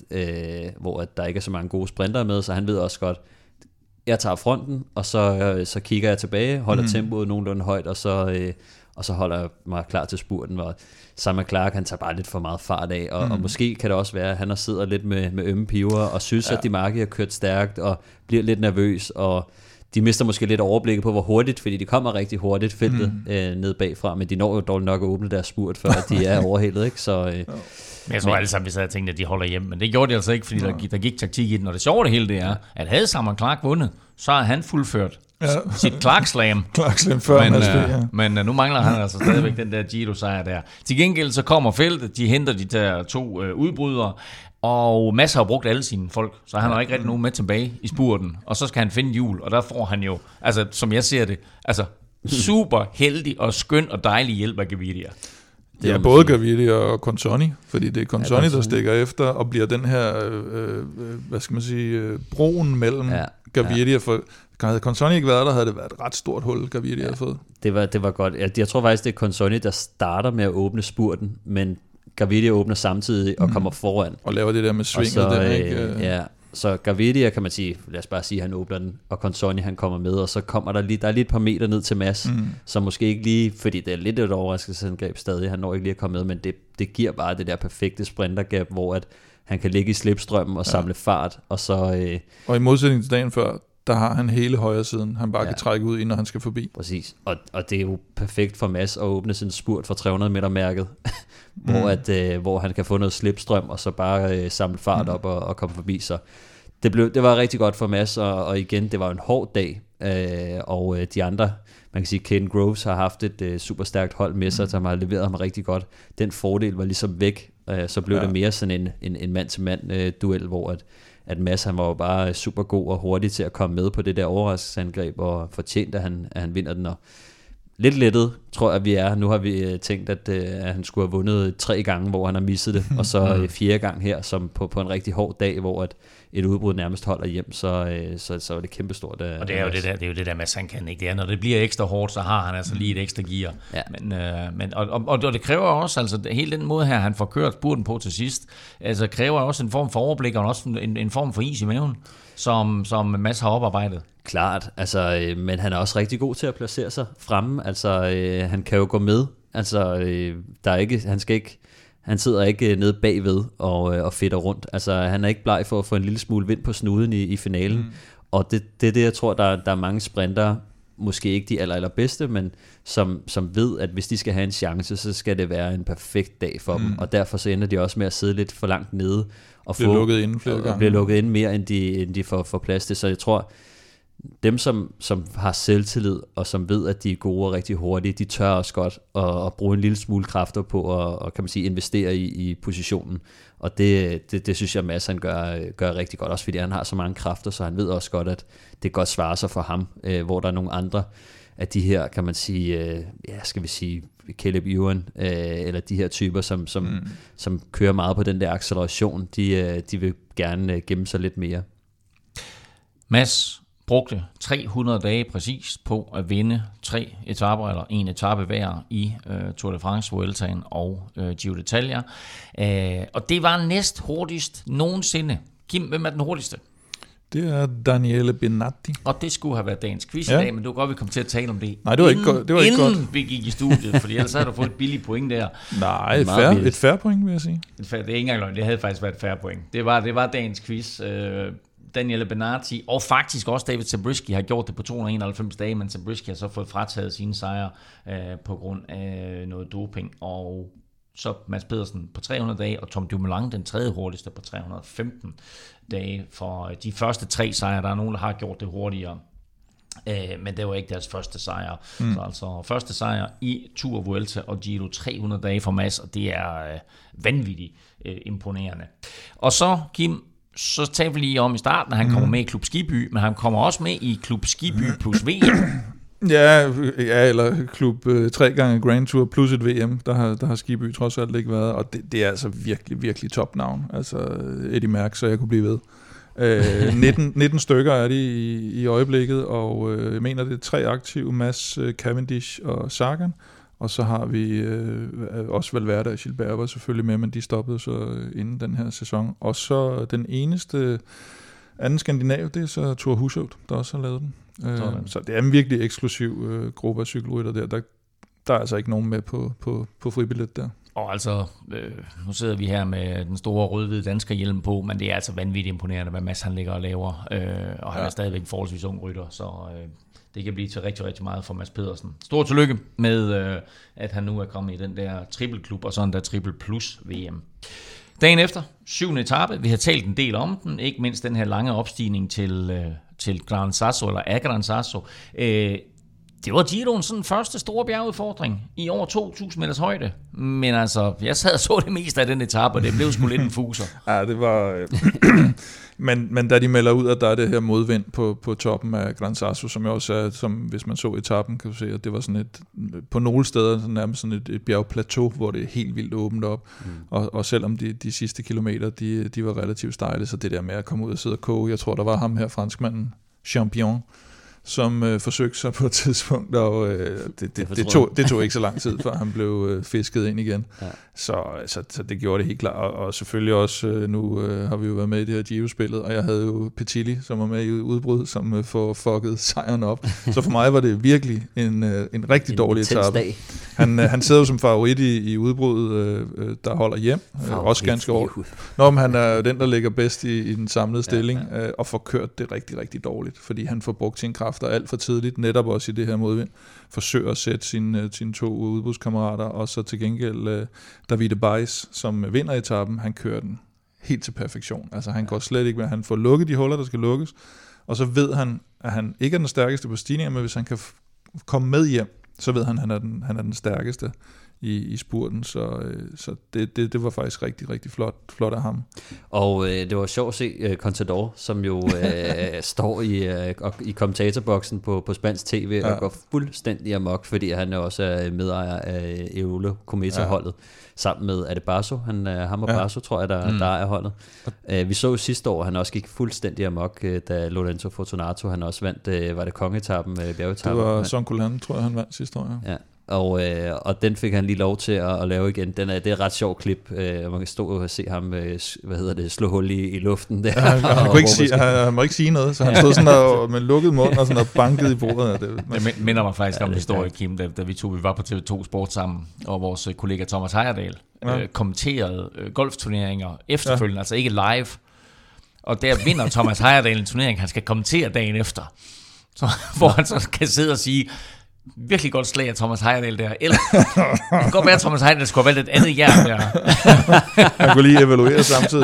hvor der ikke er så mange gode sprintere med, så han ved også godt, jeg tager fronten, og så kigger jeg tilbage, holder tempoet nogenlunde højt, og så holder jeg mig klar til spurten, hvor Simon Clark, han tager bare lidt for meget fart af, og måske kan det også være, at han sidder lidt med ømme piver, og synes, at DeMarchi har kørt stærkt, og bliver lidt nervøs, og de mister måske lidt overblikket på, hvor hurtigt, fordi de kommer rigtig hurtigt feltet ned bagfra, men de når jo dårligt nok at åbne deres spurt, før de er overhældet, ikke? Så, men jeg tror alle sammen, hvis jeg havde tænkt, at de holder hjem, men det gjorde de altså ikke, fordi der gik taktik i den, og det sjove det hele det er, at havde Simon Clark vundet, så har han fuldført sit Clark-slam. Clark-slam før men nu mangler han altså stadigvæk den der Giro-sejr der. Til gengæld så kommer feltet, de henter de der 2 udbrydere, og Mads har brugt alle sine folk, så han har ikke rigtig nogen med tilbage i spurten, og så skal han finde hjul, og der får han jo, altså som jeg ser det, altså super heldig og skøn og dejlig hjælp af Gaviria. Ja, både Gaviria og Consonni, fordi det er Consonni, der stikker efter, og bliver den her, hvad skal man sige, broen mellem Gaviria, for havde Consonni ikke været der, havde det været et ret stort hul, Gaviria havde fået. Det var godt. Jeg tror faktisk, det er Consonni, der starter med at åbne spurten, men Gaviria åbner samtidig og kommer foran. Og laver det der med svinget der, ikke? Ja, så Gaviria kan man sige, lad os bare sige, han åbner den, og Consonni han kommer med, og så kommer der lige et par meter ned til Mads, som måske ikke lige, fordi det er lidt et overraskelsesangreb stadig, han når ikke lige at komme med, men det giver bare det der perfekte sprintergab, hvor at han kan ligge i slipstrømmen og samle fart, og så... Og i modsætning til dagen før, der har han hele højre siden, han bare kan trække ud, når han skal forbi. Præcis, og det er jo perfekt for Mads at åbne sin spurt for 300 meter mærket, hvor han kan få noget slipstrøm, og så bare samle fart op og komme forbi. Så det var rigtig godt for Mads, og igen, det var en hård dag, og de andre, man kan sige, Ken Groves har haft et super stærkt hold med sig, som har leveret ham rigtig godt. Den fordel var ligesom væk, så blev det mere sådan en mand-til-mand duel, hvor at Mads, han var jo bare super god og hurtig til at komme med på det der overraskelsesangreb, og fortjent, at han vinder den. Og lidt lettet, tror jeg, vi er. Nu har vi tænkt, at han skulle have vundet 3 gange, hvor han har misset det, og så 4. gang her, som på en rigtig hård dag, hvor et udbrud nærmest holder hjem, så er det kæmpestort. Og det er jo det der Mads, han kan ikke. Det er, når det bliver ekstra hårdt, så har han altså lige et ekstra gear. Ja. Men det kræver også, altså hele den måde her, han får kørt spurten på til sidst, altså kræver også en form for overblik, og også en form for is i maven, som Mads har oparbejdet. Klart, altså, men han er også rigtig god til at placere sig fremme, altså han kan jo gå med, altså der er ikke, han sidder ikke nede bagved og fedter rundt, altså han er ikke bleg for at få en lille smule vind på snuden i finalen, og det er det, jeg tror, der er mange sprintere, måske ikke de allerbedste, men som ved, at hvis de skal have en chance, så skal det være en perfekt dag for dem, og derfor så ender de også med at sidde lidt for langt nede, og bliver lukket inde flere gange. Bliver lukket inde mere, end de får plads til, så jeg tror, dem, som har selvtillid, og som ved, at de er gode og rigtig hurtige, de tør også godt at bruge en lille smule kræfter på og kan man sige, investere i positionen. Og det synes jeg, Mads han gør rigtig godt, også fordi han har så mange kræfter, så han ved også godt, at det godt svarer sig for ham, hvor der er nogle andre af de her, kan man sige, skal vi sige, Caleb Ewan, eller de her typer, som kører meget på den der acceleration, de vil gerne gemme sig lidt mere. Mads, brugte 300 dage præcis på at vinde 3 etaper, eller en etape hver i Tour de France, Vueltaen og Giro d'Italia. Og det var næst hurtigst nogensinde. Kim, hvem er den hurtigste? Det er Daniele Benatti. Og det skulle have været dagens quiz i dag, men det var godt, vi kom til at tale om det. Nej, det var ikke godt. Det var ikke godt. Inden vi gik i studiet, fordi ellers havde du fået et billigt point der. Nej, et fair point, vil jeg sige. Det er ikke engang løgn. Det havde faktisk været et fair point. Det var dagens quiz. Daniele Benatti og faktisk også David Zabriskie har gjort det på 291 dage, men Zabriskie har så fået frataget sine sejre på grund af noget doping. Og så Mads Pedersen på 300 dage, og Tom Dumoulin den tredje hurtigste på 315 dage. For de første 3 sejre, der er nogen, der har gjort det hurtigere, men det var ikke deres første sejr. Så altså første sejr i Tour, Vuelta og Giro 300 dage for Mads, og det er vanvittigt imponerende. Og så, Kim, så taler vi lige om i starten, at han kommer med i Klub Skiby, men han kommer også med i Klub Skiby plus VM. Ja, eller klub 3 gange Grand Tour plus et VM, der har Skiby trods alt ikke været, og det er altså virkelig, virkelig topnavn. Altså Eddie Merckx, så jeg kunne blive ved. 19 stykker er de i øjeblikket, og jeg mener, det er 3 aktive, Mads, Cavendish og Sagan, og så har vi også Valverde og Gilbert var selvfølgelig med, men de stoppede så inden den her sæson. Og så den eneste anden skandinav, det er så Thor Hushovd, der også har lavet den. Så det er en virkelig eksklusiv gruppe af cykelrytter der. Der er altså ikke nogen med på fribillet der. Og altså, nu sidder vi her med den store rød-hvide dansker hjelm på, men det er altså vanvittigt imponerende, hvad Mads han ligger og laver. Og han er stadigvæk forholdsvis ung rytter, så det kan blive til rigtig, rigtig meget for Mads Pedersen. Stort tillykke med, at han nu er kommet i den der triple-klub, og sådan der triple plus VM. Dagen efter, 7. etape, vi har talt en del om den, ikke mindst den her lange opstigning til Gran Sasso, eller af Gran Sasso. Det var Giroen sådan første store bjergudfordring i over 2.000 meters højde. Men altså, jeg sad og så det meste af den etape, og det blev sgu lidt en fuser. Ja, det var... men da de melder ud, at der er det her modvind på toppen af Gran Sasso, som jeg også er, som hvis man så etappen, kan du se, at det var sådan på nogle steder nærmest sådan et bjergplateau, hvor det er helt vildt åbent op. Og selvom de sidste kilometer, de var relativt stejle, så det der med at komme ud og sidde og koge, jeg tror, der var ham her, franskmanden, Champion, som forsøgte sig på et tidspunkt, og det tog ikke så lang tid, før han blev fisket ind igen. Ja. Så det gjorde det helt klart. Og selvfølgelig også, nu har vi jo været med i det her Giro-spillet, og jeg havde jo Petilli, som var med i udbrud, som får fucket sejren op. Så for mig var det virkelig en rigtig dårlig etape. Han sidder jo som favorit i udbruddet, der holder hjem, også ganske hårdt. Men han er den, der ligger bedst i den samlede stilling, og får kørt det rigtig, rigtig dårligt, fordi han får brugt sin kræfter alt for tidligt, netop også i det her modvind, forsøger at sætte sine 2 udbrudskammerater, og så til gengæld Davide Baez, som vinder etappen, han kører den helt til perfektion. Altså han går slet ikke med, han får lukket de huller, der skal lukkes, og så ved han, at han ikke er den stærkeste på stigningen, men hvis han kan komme med hjem, så ved han, at han er den stærkeste i spurten, så det var faktisk rigtig, rigtig flot af ham. Og det var sjovt at se Contador, som jo står i kommentatorboksen på spansk tv og går fuldstændig amok, fordi han også er medejer af Eolo Cometa-holdet, sammen med Adebasso. Ham og Basso, tror jeg, der er holdet. Vi så jo sidste år, han også gik fuldstændig amok, da Lorenzo Fortunato, han også vandt, var det kongetappen, bjergetappen? Det var Son Colan, tror jeg, han vandt sidste år, ja. Og den fik han lige lov til at lave igen. Det er et ret sjovt klip. Man kan stå og se ham slå hul i luften der. Han må ikke sige noget, så han stod sådan med lukket mund og sådan og bankede i bordet. Det minder mig faktisk om historie, Kim, da vi var på TV2 Sport sammen, og vores kollega Thomas Heyerdahl kommenterede golfturneringer efterfølgende, altså ikke live. Og der vinder Thomas Heyerdahl en turnering, han skal kommentere dagen efter. Så, hvor han så kan sidde og sige, virkelig godt slag af Thomas Heyerdahl der. Eller det kan godt være, at Thomas Heyerdahl skulle have valgt et andet jern der. Han kunne lige evaluere samtidig.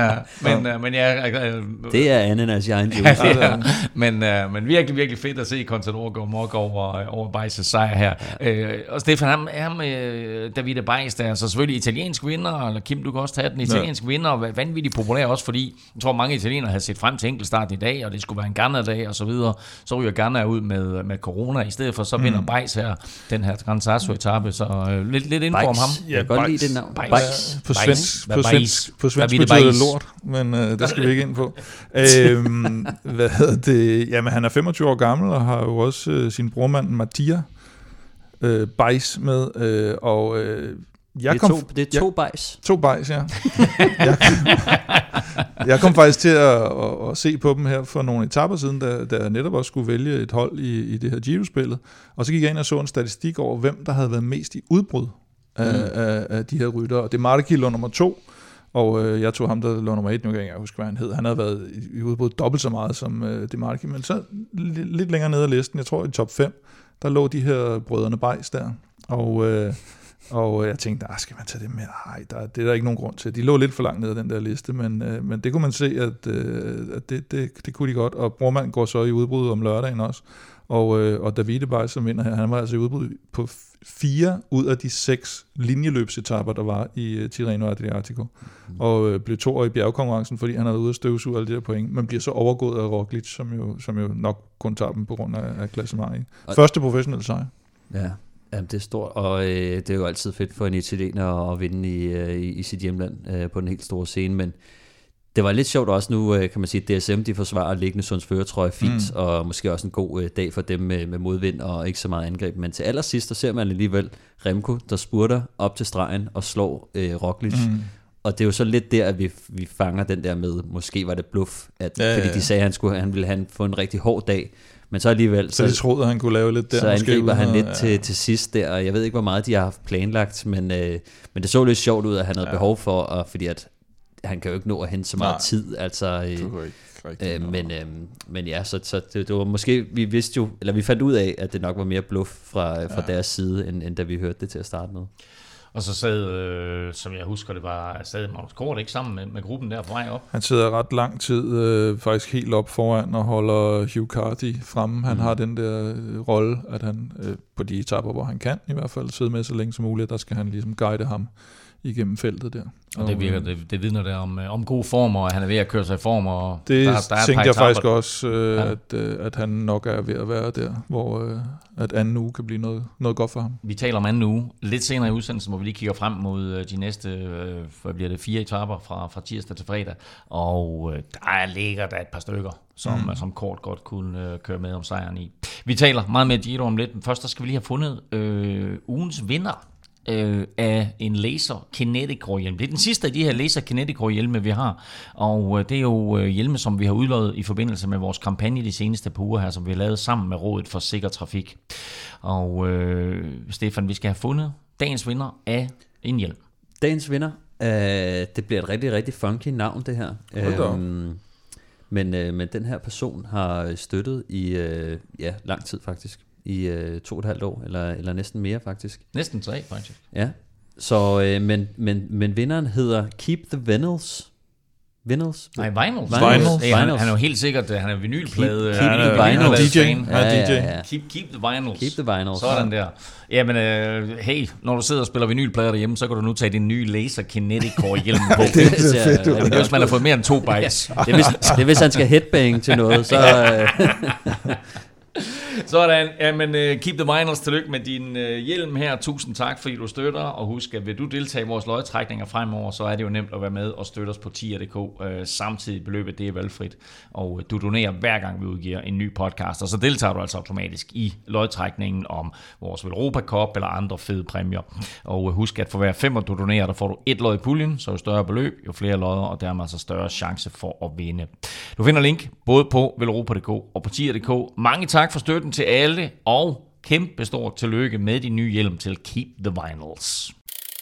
Men det er ananas, jeg er men virkelig, virkelig fedt at se Contador gå mok over Baez's sejr her. Og Stefan, Davide Baez der, så selvfølgelig italiensk vinder, eller Kim, du kan også tage den italienske vinder, og vanvittigt populær også, fordi jeg tror, mange italienere havde set frem til enkeltstarten i dag, og det skulle være en Ganna-dag og så videre. Så ryger Ganna ud med corona, i stedet for så vinder Bajs her, den her Gran Sasso-etape, så lidt info om ham. Jeg kan godt lide det navn. Bajs. På svensk betyder det lort, men det skal vi ikke ind på. Hvad hedder det? Jamen, han er 25 år gammel, og har jo også sin brormand Mattia Bajs med, og det er to Bajs. To Bajs, ja. Jeg kom faktisk til at se på dem her for nogle etaper siden, da jeg netop også skulle vælge et hold i det her Giro-spillet. Og så gik jeg ind og så en statistik over, hvem der havde været mest i udbrud af de her ryttere. Det er Marti lå nummer 2, og jeg tog ham, der lå nummer 1. Nu kan jeg ikke huske, hvad han hed. Han havde været i udbrud dobbelt så meget som det Marti, men så lidt længere nede af listen, jeg tror i top 5, der lå de her brødrene Bajs der. Og jeg tænkte, skal man tage det med? Nej, det er der ikke nogen grund til. De lå lidt for langt ned ad den der liste, men det kunne man se, at det kunne de godt. Og brormand går så i udbrud om lørdagen også. Og Davide Bajs, som vinder her, han var altså i udbrud på 4 ud af de 6 linjeløbsetapper, der var i Tirreno Adriatico. Og blev 2 år i bjergkonkurrencen, fordi han havde ude at støvsuge alle de der point, men bliver så overgået af Roglic, som jo nok kun tager dem på grund af klassementet. Første professionelle sejr. Ja. Jamen, det er stort, og det er jo altid fedt for en italiener at vinde i sit hjemland på den helt store scene, men det var lidt sjovt også nu, kan man sige, at DSM de forsvarer liggende Sunds førertrøje fint, og måske også en god dag for dem med modvind og ikke så meget angreb, men til allersidst, der ser man alligevel Remco, der spurter op til stregen og slår Roglic, og det er jo så lidt der, at vi fanger den der med, måske var det bluff, fordi de sagde, at han ville få en rigtig hård dag, men så alligevel... Så de troede, at han kunne lave lidt der. Så angriber han lidt til sidst der, og jeg ved ikke, hvor meget de har haft planlagt, men det så lidt sjovt ud, at han havde behov for, fordi at han kan jo ikke nå at hente så meget tid. Altså, men ja, så det var måske, vi fandt ud af, at det nok var mere bluff fra deres side, end da vi hørte det til at starte med. Og så sad, som jeg husker det var, sad Magnus Kort ikke sammen med gruppen der på vej op? Han sidder ret lang tid, faktisk helt op foran og holder Hugh Carty fremme. Han har den der rolle, at han på de etaper, hvor han kan i hvert fald sidde med så længe som muligt, der skal han ligesom guide ham igennem feltet der. Og det vidner der om god form, og han er ved at køre sig i form. Og det tænkte jeg faktisk også, at han nok er ved at være der, hvor at anden uge kan blive noget godt for ham. Vi taler om anden uge. Lidt senere i udsendelsen, hvor vi lige kigger frem mod de næste, hvad bliver det, 4 etaper fra tirsdag til fredag. Og der ligger der et par stykker, som Kort godt kunne køre med om sejren i. Vi taler meget med Giro om lidt, men først der skal vi lige have fundet ugens vinder af en Laser Kinetic hjelm. Det er den sidste af de her Laser Kinetic hjelme, vi har, og det er jo hjelme, som vi har udløjet i forbindelse med vores kampagne de seneste par uger her, som vi har lavet sammen med Rådet for Sikker Trafik. Og Stefan, vi skal have fundet dagens vinder af en hjelm. Dagens vinder, det bliver et rigtig, rigtig funky navn, det her. Men den her person har støttet i lang tid faktisk. I 2,5 år, eller næsten mere faktisk. Næsten 3 faktisk. Ja, så, men vinderen hedder Keep the Vinyls. Vinyls? Nej, Vinyls. Han er jo helt sikkert, han er vinylplade. Keep the Vinyls. DJ. Keep the Vinyls. Keep the Vinyls. Sådan der. Jamen, hey, når du sidder og spiller vinylplader derhjemme, så kan du nu tage din nye Laser Kinetic hjelm på. Det er fedt. Det er, hvis man har fået mere end 2 bytes. Det er hvis han skal headbang til noget, så... Sådan, jamen Keep the Vinyls, tillykke med din hjelm her. Tusind tak, fordi du støtter, og husk, at vil du deltage i vores lodtrækninger fremover, så er det jo nemt at være med og støtte os på tier.dk. Samtidig beløbet, det er valgfrit, og du donerer hver gang vi udgiver en ny podcast, og så deltager du altså automatisk i lodtrækningen om vores Velropa Cup eller andre fede præmier. Og husk, at for hver 5 du donerer, der får du 1 lod i puljen, så jo større beløb, jo flere lodder, og dermed altså større chance for at vinde. Du finder link både på velropa.dk og på tier.dk. Mange tak for støtten til alle, og kæmpe stort tillykke med din nye hjelm til Keep the Vinyls.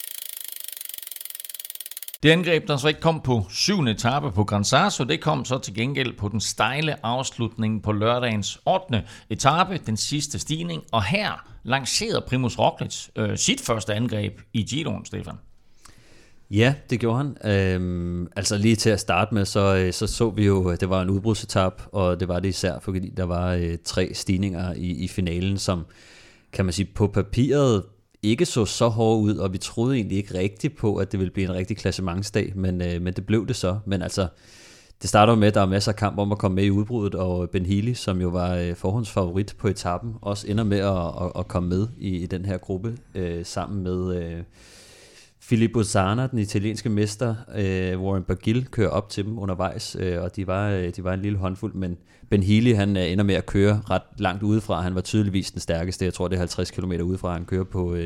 Det angreb, der så ikke kom på 7. etape på Gran Sasso, det kom så til gengæld på den stejle afslutning på lørdagens 8. etape, den sidste stigning, og her lancerede Primož Roglič sit første angreb i Giroen, Stefan. Ja, det gjorde han. Altså lige til at starte med, så vi jo, det var en udbrudsetap, og det var det især, fordi der var 3 stigninger i finalen, som, kan man sige, på papiret ikke så hårdt ud, og vi troede egentlig ikke rigtigt på, at det ville blive en rigtig klassementsdag, men det blev det så. Men altså, det starter med, at der er masser af kamp om at komme med i udbruddet, og Ben Healy, som jo var forhåndsfavorit på etappen, også ender med at komme med i den her gruppe, sammen med Filippo Zana, den italienske mester. Warren Barguil kører op til dem undervejs, og de var en lille håndfuld, men Ben Healy, han ender med at køre ret langt udefra. Han var tydeligvis den stærkeste. Jeg tror, det er 50 km udefra. Han kører på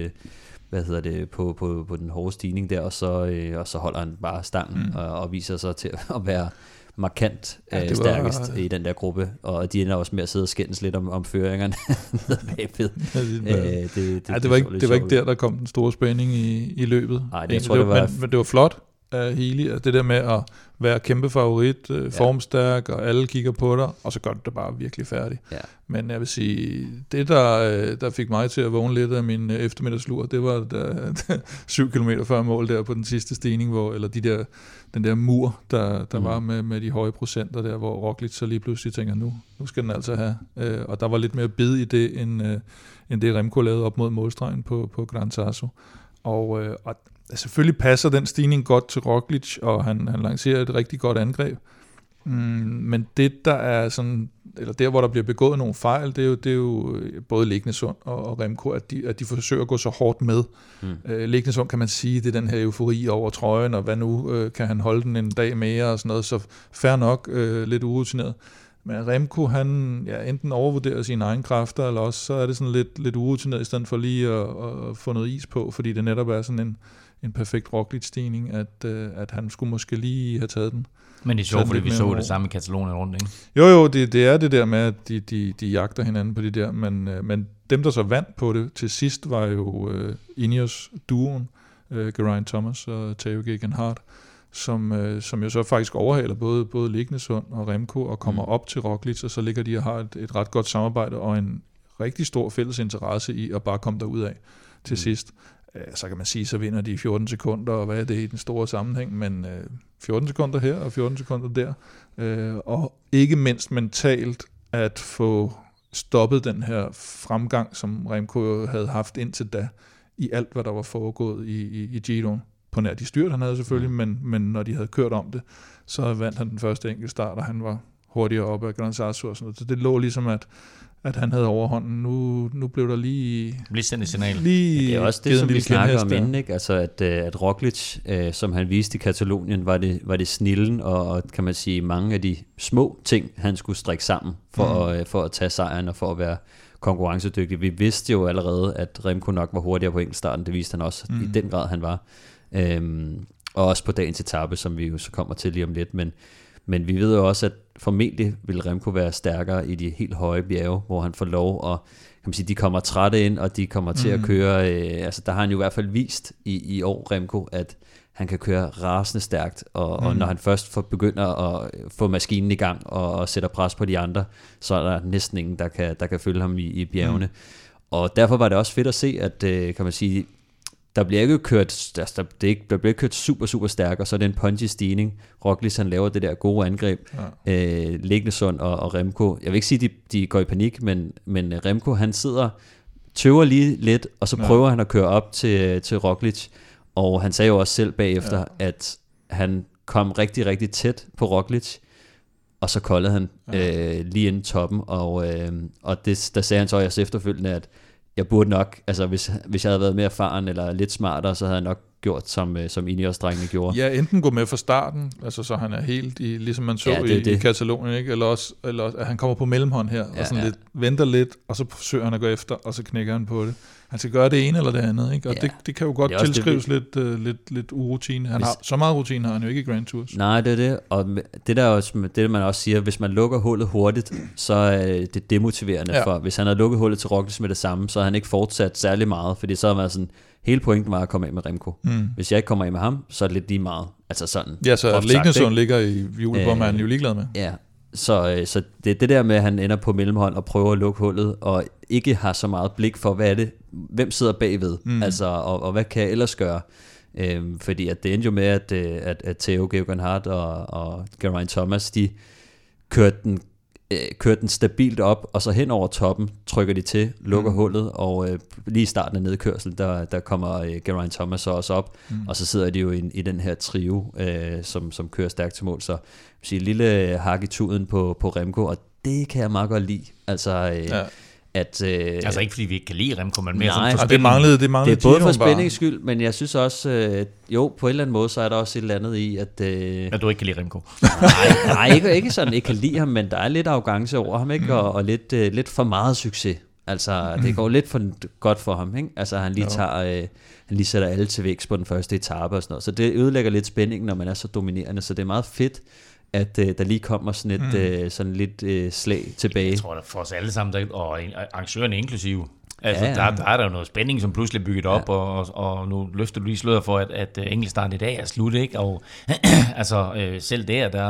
på den hårde stigning der, og så holder han bare stangen og viser sig til at være markant stærkest i den der gruppe, og de ender også med at sidde og skændes lidt om føringerne bagved. Det var ikke der kom den store spænding i løbet. Nej, det tror jeg var... Men det var flot af Healy, altså det der med at være kæmpe favorit, formstærk, og alle kigger på dig, og så gør det bare virkelig færdigt. Ja. Men jeg vil sige, det der fik mig til at vågne lidt af min eftermiddagslur, det var 7 km før mål der på den sidste stigning, eller den der mur, der var med de høje procenter der, hvor Roglic så lige pludselig tænker, nu skal den altså have. Og der var lidt mere bid i det, end det Remco lavede op mod målstregen på Gran Sasso. Og selvfølgelig passer den stigning godt til Roglic, og han lancerer et rigtig godt angreb. Men det, der er sådan, eller der, hvor der bliver begået nogle fejl, det er jo både Lignesund og Remco, at de forsøger at gå så hårdt med. Lignesund, kan man sige, det er den her eufori over trøjen, og hvad nu, kan han holde den en dag mere og sådan noget, så fair nok, lidt urutineret. Men Remco, han enten overvurderer sine egne kræfter, eller også så er det sådan lidt urutineret, i stedet for lige at få noget is på, fordi det netop er sådan en perfekt Roglic-stigning, at han skulle måske lige have taget den. Men det er sjovt, fordi vi så det samme i Katalonien rundt, ikke? Jo, det er det der med, at de jagter hinanden på de der, men dem, der så vandt på det til sidst, var jo Ineos-duoen, Geraint Thomas og Tao Geoghegan Hart, som jo så faktisk overhaler både Lignesund og Remco og kommer op til Roglic, og så ligger de og har et ret godt samarbejde og en rigtig stor fælles interesse i at bare komme derud af til sidst. Så kan man sige, så vinder de 14 sekunder, og hvad er det i den store sammenhæng, men 14 sekunder her og 14 sekunder der. Og ikke mindst mentalt at få stoppet den her fremgang, som Remco havde haft indtil da, i alt, hvad der var foregået i Giroen. På nær de styrt, han havde selvfølgelig, men når de havde kørt om det, så vandt han den første enkeltstart, og han var hurtigere oppe af Gran Sasso og sådan noget. Så det lå ligesom, at han havde overhånden. Nu blev der lige sendt et signal. Det er også det, som vi snakker om inden, ikke? Altså at Roglic, som han viste i Katalonien, var det snilden, og kan man sige, mange af de små ting, han skulle strikke sammen for at tage sejren og for at være konkurrencedygtig. Vi vidste jo allerede, at Remco nok var hurtigere på enkeltstarten. Det viste han også i den grad, han var. Og også på dagens etape, som vi jo så kommer til lige om lidt, men vi ved jo også, at formentlig vil Remco være stærkere i de helt høje bjerge, hvor han får lov, og kan man sige, de kommer trætte ind, og de kommer til at køre, altså der har han jo i hvert fald vist i år, Remco, at han kan køre rasende stærkt, og når han først begynder at få maskinen i gang, og sætter pres på de andre, så er der næsten ingen, der kan følge ham i bjergene. Og derfor var det også fedt at se, at kan man sige, der bliver ikke kørt, der bliver ikke kørt super, super stærk, og så er det en punchy stigning. Roglic, han laver det der gode angreb. Lignesund og Remco. Jeg vil ikke sige, at de går i panik, men Remco, han tøver lige lidt, og så prøver han at køre op til Roglic. Og han sagde jo også selv bagefter, at han kom rigtig, rigtig tæt på Roglic, og så koldede han lige inden toppen. Og der sagde han så også efterfølgende, at jeg burde nok, altså hvis jeg havde været mere erfaren eller lidt smartere, så havde jeg nok gjort, som Ineos-drengene gjorde. Ja, enten gå med fra starten, altså så han er helt i, ligesom man så i Katalonien, ikke? Eller også, at han kommer på mellemhånd her, og sådan lidt, venter lidt, og så forsøger han at gå efter, og så knækker han på det. Han skal gøre det ene eller det andet, ikke? Og det kan jo godt tilskrives lidt urutine. Så meget rutine har han jo ikke i Grand Tours. Nej, det er det. Og det man også siger, hvis man lukker hullet hurtigt, så er det demotiverende. For hvis han havde lukket hullet til Roglic med det samme, så har han ikke fortsat særlig meget, fordi så har man sådan, hele pointen var at komme af med Remco. Hvis jeg ikke kommer af med ham, så er det lidt lige meget. Altså sådan. Ja, så Lignesund ligger i hjulet, hvor man er jo ligeglad med. Ja. Så det der med, at han ender på mellemhånd og prøver at lukke hullet, og ikke har så meget blik for, hvad er det, hvem sidder bagved, altså, og hvad kan jeg ellers gøre? Fordi at det endte jo med, at Tao Geoghegan Hart og Geraint Thomas, de kørte den kører den stabilt op, og så hen over toppen trykker de til, lukker hullet, og lige i starten af nedkørsel, der kommer Geraint Thomas så også op, og så sidder de jo i den her trio, som kører stærkt til mål, så sige, lille hak i tuden på Remco, og det kan jeg meget godt lide. Altså, altså ikke fordi vi ikke kan lide Remco, men mere nej, sådan for det manglede det er både for spændings spændings skyld, men jeg synes også, jo, på en eller anden måde, så er der også et eller andet i, at du ikke kan lide Remco. nej, ikke sådan, ikke kan lide ham, men der er lidt arrogance over ham, ikke? Og lidt for meget succes. Altså, det går lidt for godt for ham, ikke? Altså, han lige sætter alle til vækst på den første etape og sådan noget. Så det ødelægger lidt spændingen, når man er så dominerende. Så det er meget fedt, at der lige kommer sådan lidt slag tilbage. Jeg tror, at for os alle sammen, og arrangørerne inklusive, altså, der er der jo noget spænding, som pludselig er bygget op, og nu løfter du lige sløret for, at enkeltstarten i dag er slut, ikke? Og altså, selv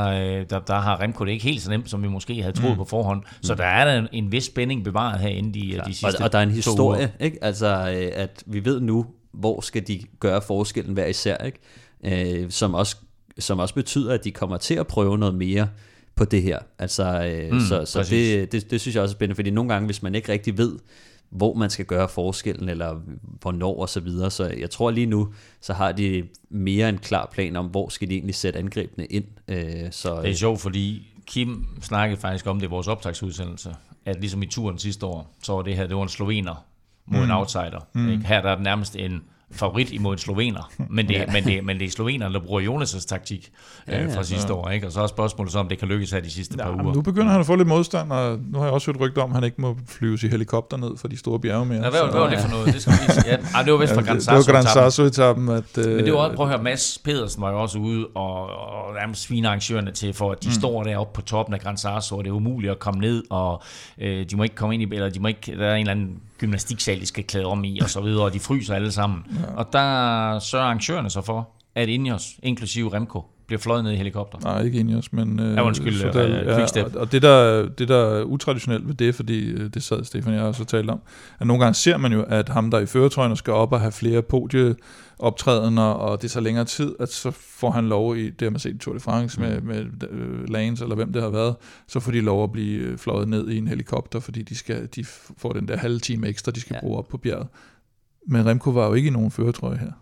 der har Remco det ikke helt så nemt, som vi måske havde troet på forhånd. Så der er der en vis spænding bevaret herinde de sidste og der er en historie, ikke? Altså, at vi ved nu, hvor skal de gøre forskellen hver især, ikke? Som også betyder, at de kommer til at prøve noget mere på det her. Altså, så det synes jeg også er spændende, fordi nogle gange, hvis man ikke rigtig ved, hvor man skal gøre forskellen, eller hvornår og så videre, så jeg tror lige nu, så har de mere en klar plan om, hvor skal de egentlig sætte angrebene ind. Det er sjovt, fordi Kim snakkede faktisk om det i vores optagsudsendelse, at ligesom i turen sidste år, så var det var en slovener mod en outsider. Ikke? Her der er det nærmest en favorit imod en slovener, men det er slovenerne, der bruger Jonas' taktik fra sidste år, ikke? Og så er spørgsmålet så, om det kan lykkes her de sidste par uger. Nu begynder han at få lidt modstand, og nu har jeg også hørt rygter om, at han ikke må flyves i helikopter ned for de store bjerge mere. Hvad var det for noget? Det, skal det var vist fra Gran Sasso. Det var Gran Sasso-etappen. Men det var også, prøv at høre, Mads Pedersen var jo også ude og nærmest sviner arrangørerne til, for at de står deroppe på toppen af Gran Sasso, og det er umuligt at komme ned, og de må ikke komme ind i, eller de må ikke, der er en eller anden gymnastiksal, de skal klæde om i, og så videre, og de fryser alle sammen. Ja. Og der sørger arrangørerne så for, at Ineos, inklusive Remco, bliver fløjet ned i helikopter. Nej, ikke Ineos, men Quickstep. Og det der er utraditionelt ved det, fordi det sad Stefan og jeg også talt om, at nogle gange ser man jo, at ham der i førertrøjen skal op og have flere podieoptrædener, og det tager længere tid, at så får han lov i, det har man set i Tour de France med Lance, eller hvem det har været, så får de lov at blive fløjet ned i en helikopter, fordi de får den der halve time ekstra, de skal bruge op på bjerget. Men Remco var jo ikke i nogen førertrøje her.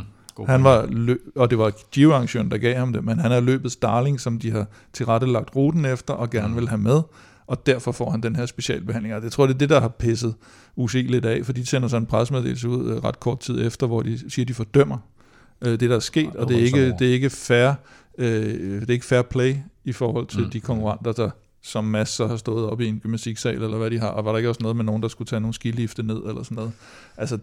Han var og det var Giro-arrangøren, der gav ham det, men han er løbets darling, som de har tilrettelagt ruten efter og gerne vil have med, og derfor får han den her specialbehandling. Og jeg tror, det er det, der har pisset UCI lidt af, for de sender sådan en pressemeddelelse ud ret kort tid efter, hvor de siger, at de fordømmer det, der er sket, og det er ikke fair, det er ikke fair play i forhold til de konkurrenter, der som Mads så har stået op i en gymnastiksal, eller hvad de har, og var der ikke også noget med nogen, der skulle tage nogle skilifte ned, eller sådan noget. Altså,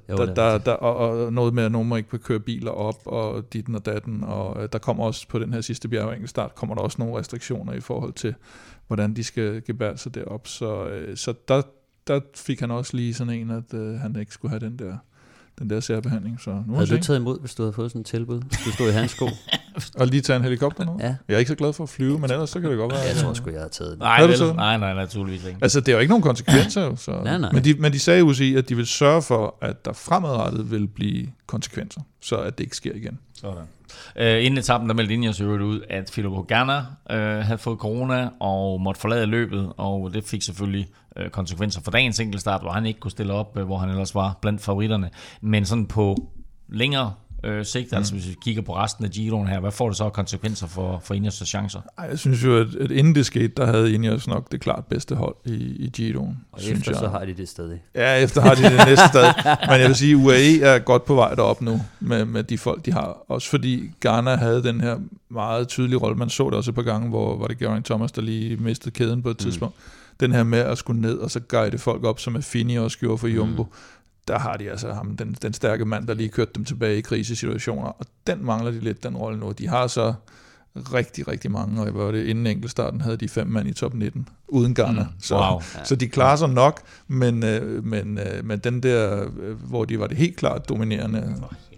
og noget med, at nogen må ikke køre biler op, og ditten og datten, og der kommer også på den her sidste bjergenkelstart, kommer der også nogle restriktioner i forhold til, hvordan de skal gebære sig derop. Så der fik han også lige sådan en, at han ikke skulle have den der særbehandling. Så nu havde du taget imod, hvis du havde fået sådan et tilbud? Hvis du stod i hans sko? Og lige tage en helikopter nu? Ja. Jeg er ikke så glad for at flyve, men ellers så kan det godt være. Jeg tror sgu, jeg havde taget det. Nej, naturligvis ikke. Altså, det er jo ikke nogen konsekvenser. Så. Nej. Men de sagde jo sige, at de vil sørge for, at der fremadrettet vil blive konsekvenser, så at det ikke sker igen. Sådan. Inden etappen, der meldte Ineos ud, at Filippo Ganna havde fået corona og måtte forlade løbet, og det fik selvfølgelig konsekvenser for dagens enkeltstart, hvor han ikke kunne stille op, hvor han ellers var blandt favoritterne. Men sådan på længere sigt, altså hvis vi kigger på resten af Giroen her, hvad får det så konsekvenser for Ineos' chancer? Jeg synes jo, at inden det skete, der havde Ineos nok det klart bedste hold i Giroen. Og efter så har de det stadig. Ja, efter har de det næste stadig. Men jeg vil sige, UAE er godt på vej derop nu, med de folk, de har. Også fordi Ghana havde den her meget tydelige rolle. Man så det også et par gange, hvor var det Geraint Thomas, der lige mistede kæden på et tidspunkt. Den her med at skulle ned, og så guide folk op, som Affini også gjorde for Jumbo. Der har de altså ham, den stærke mand, der lige kørte dem tilbage i krisesituationer, og den mangler de lidt, den rolle nu. De har så rigtig, rigtig mange, og var det inden enkeltstarten havde de 5 mand i top 19, uden Ghana. Så de klarer sig nok, men den der, hvor de var det helt klart dominerende,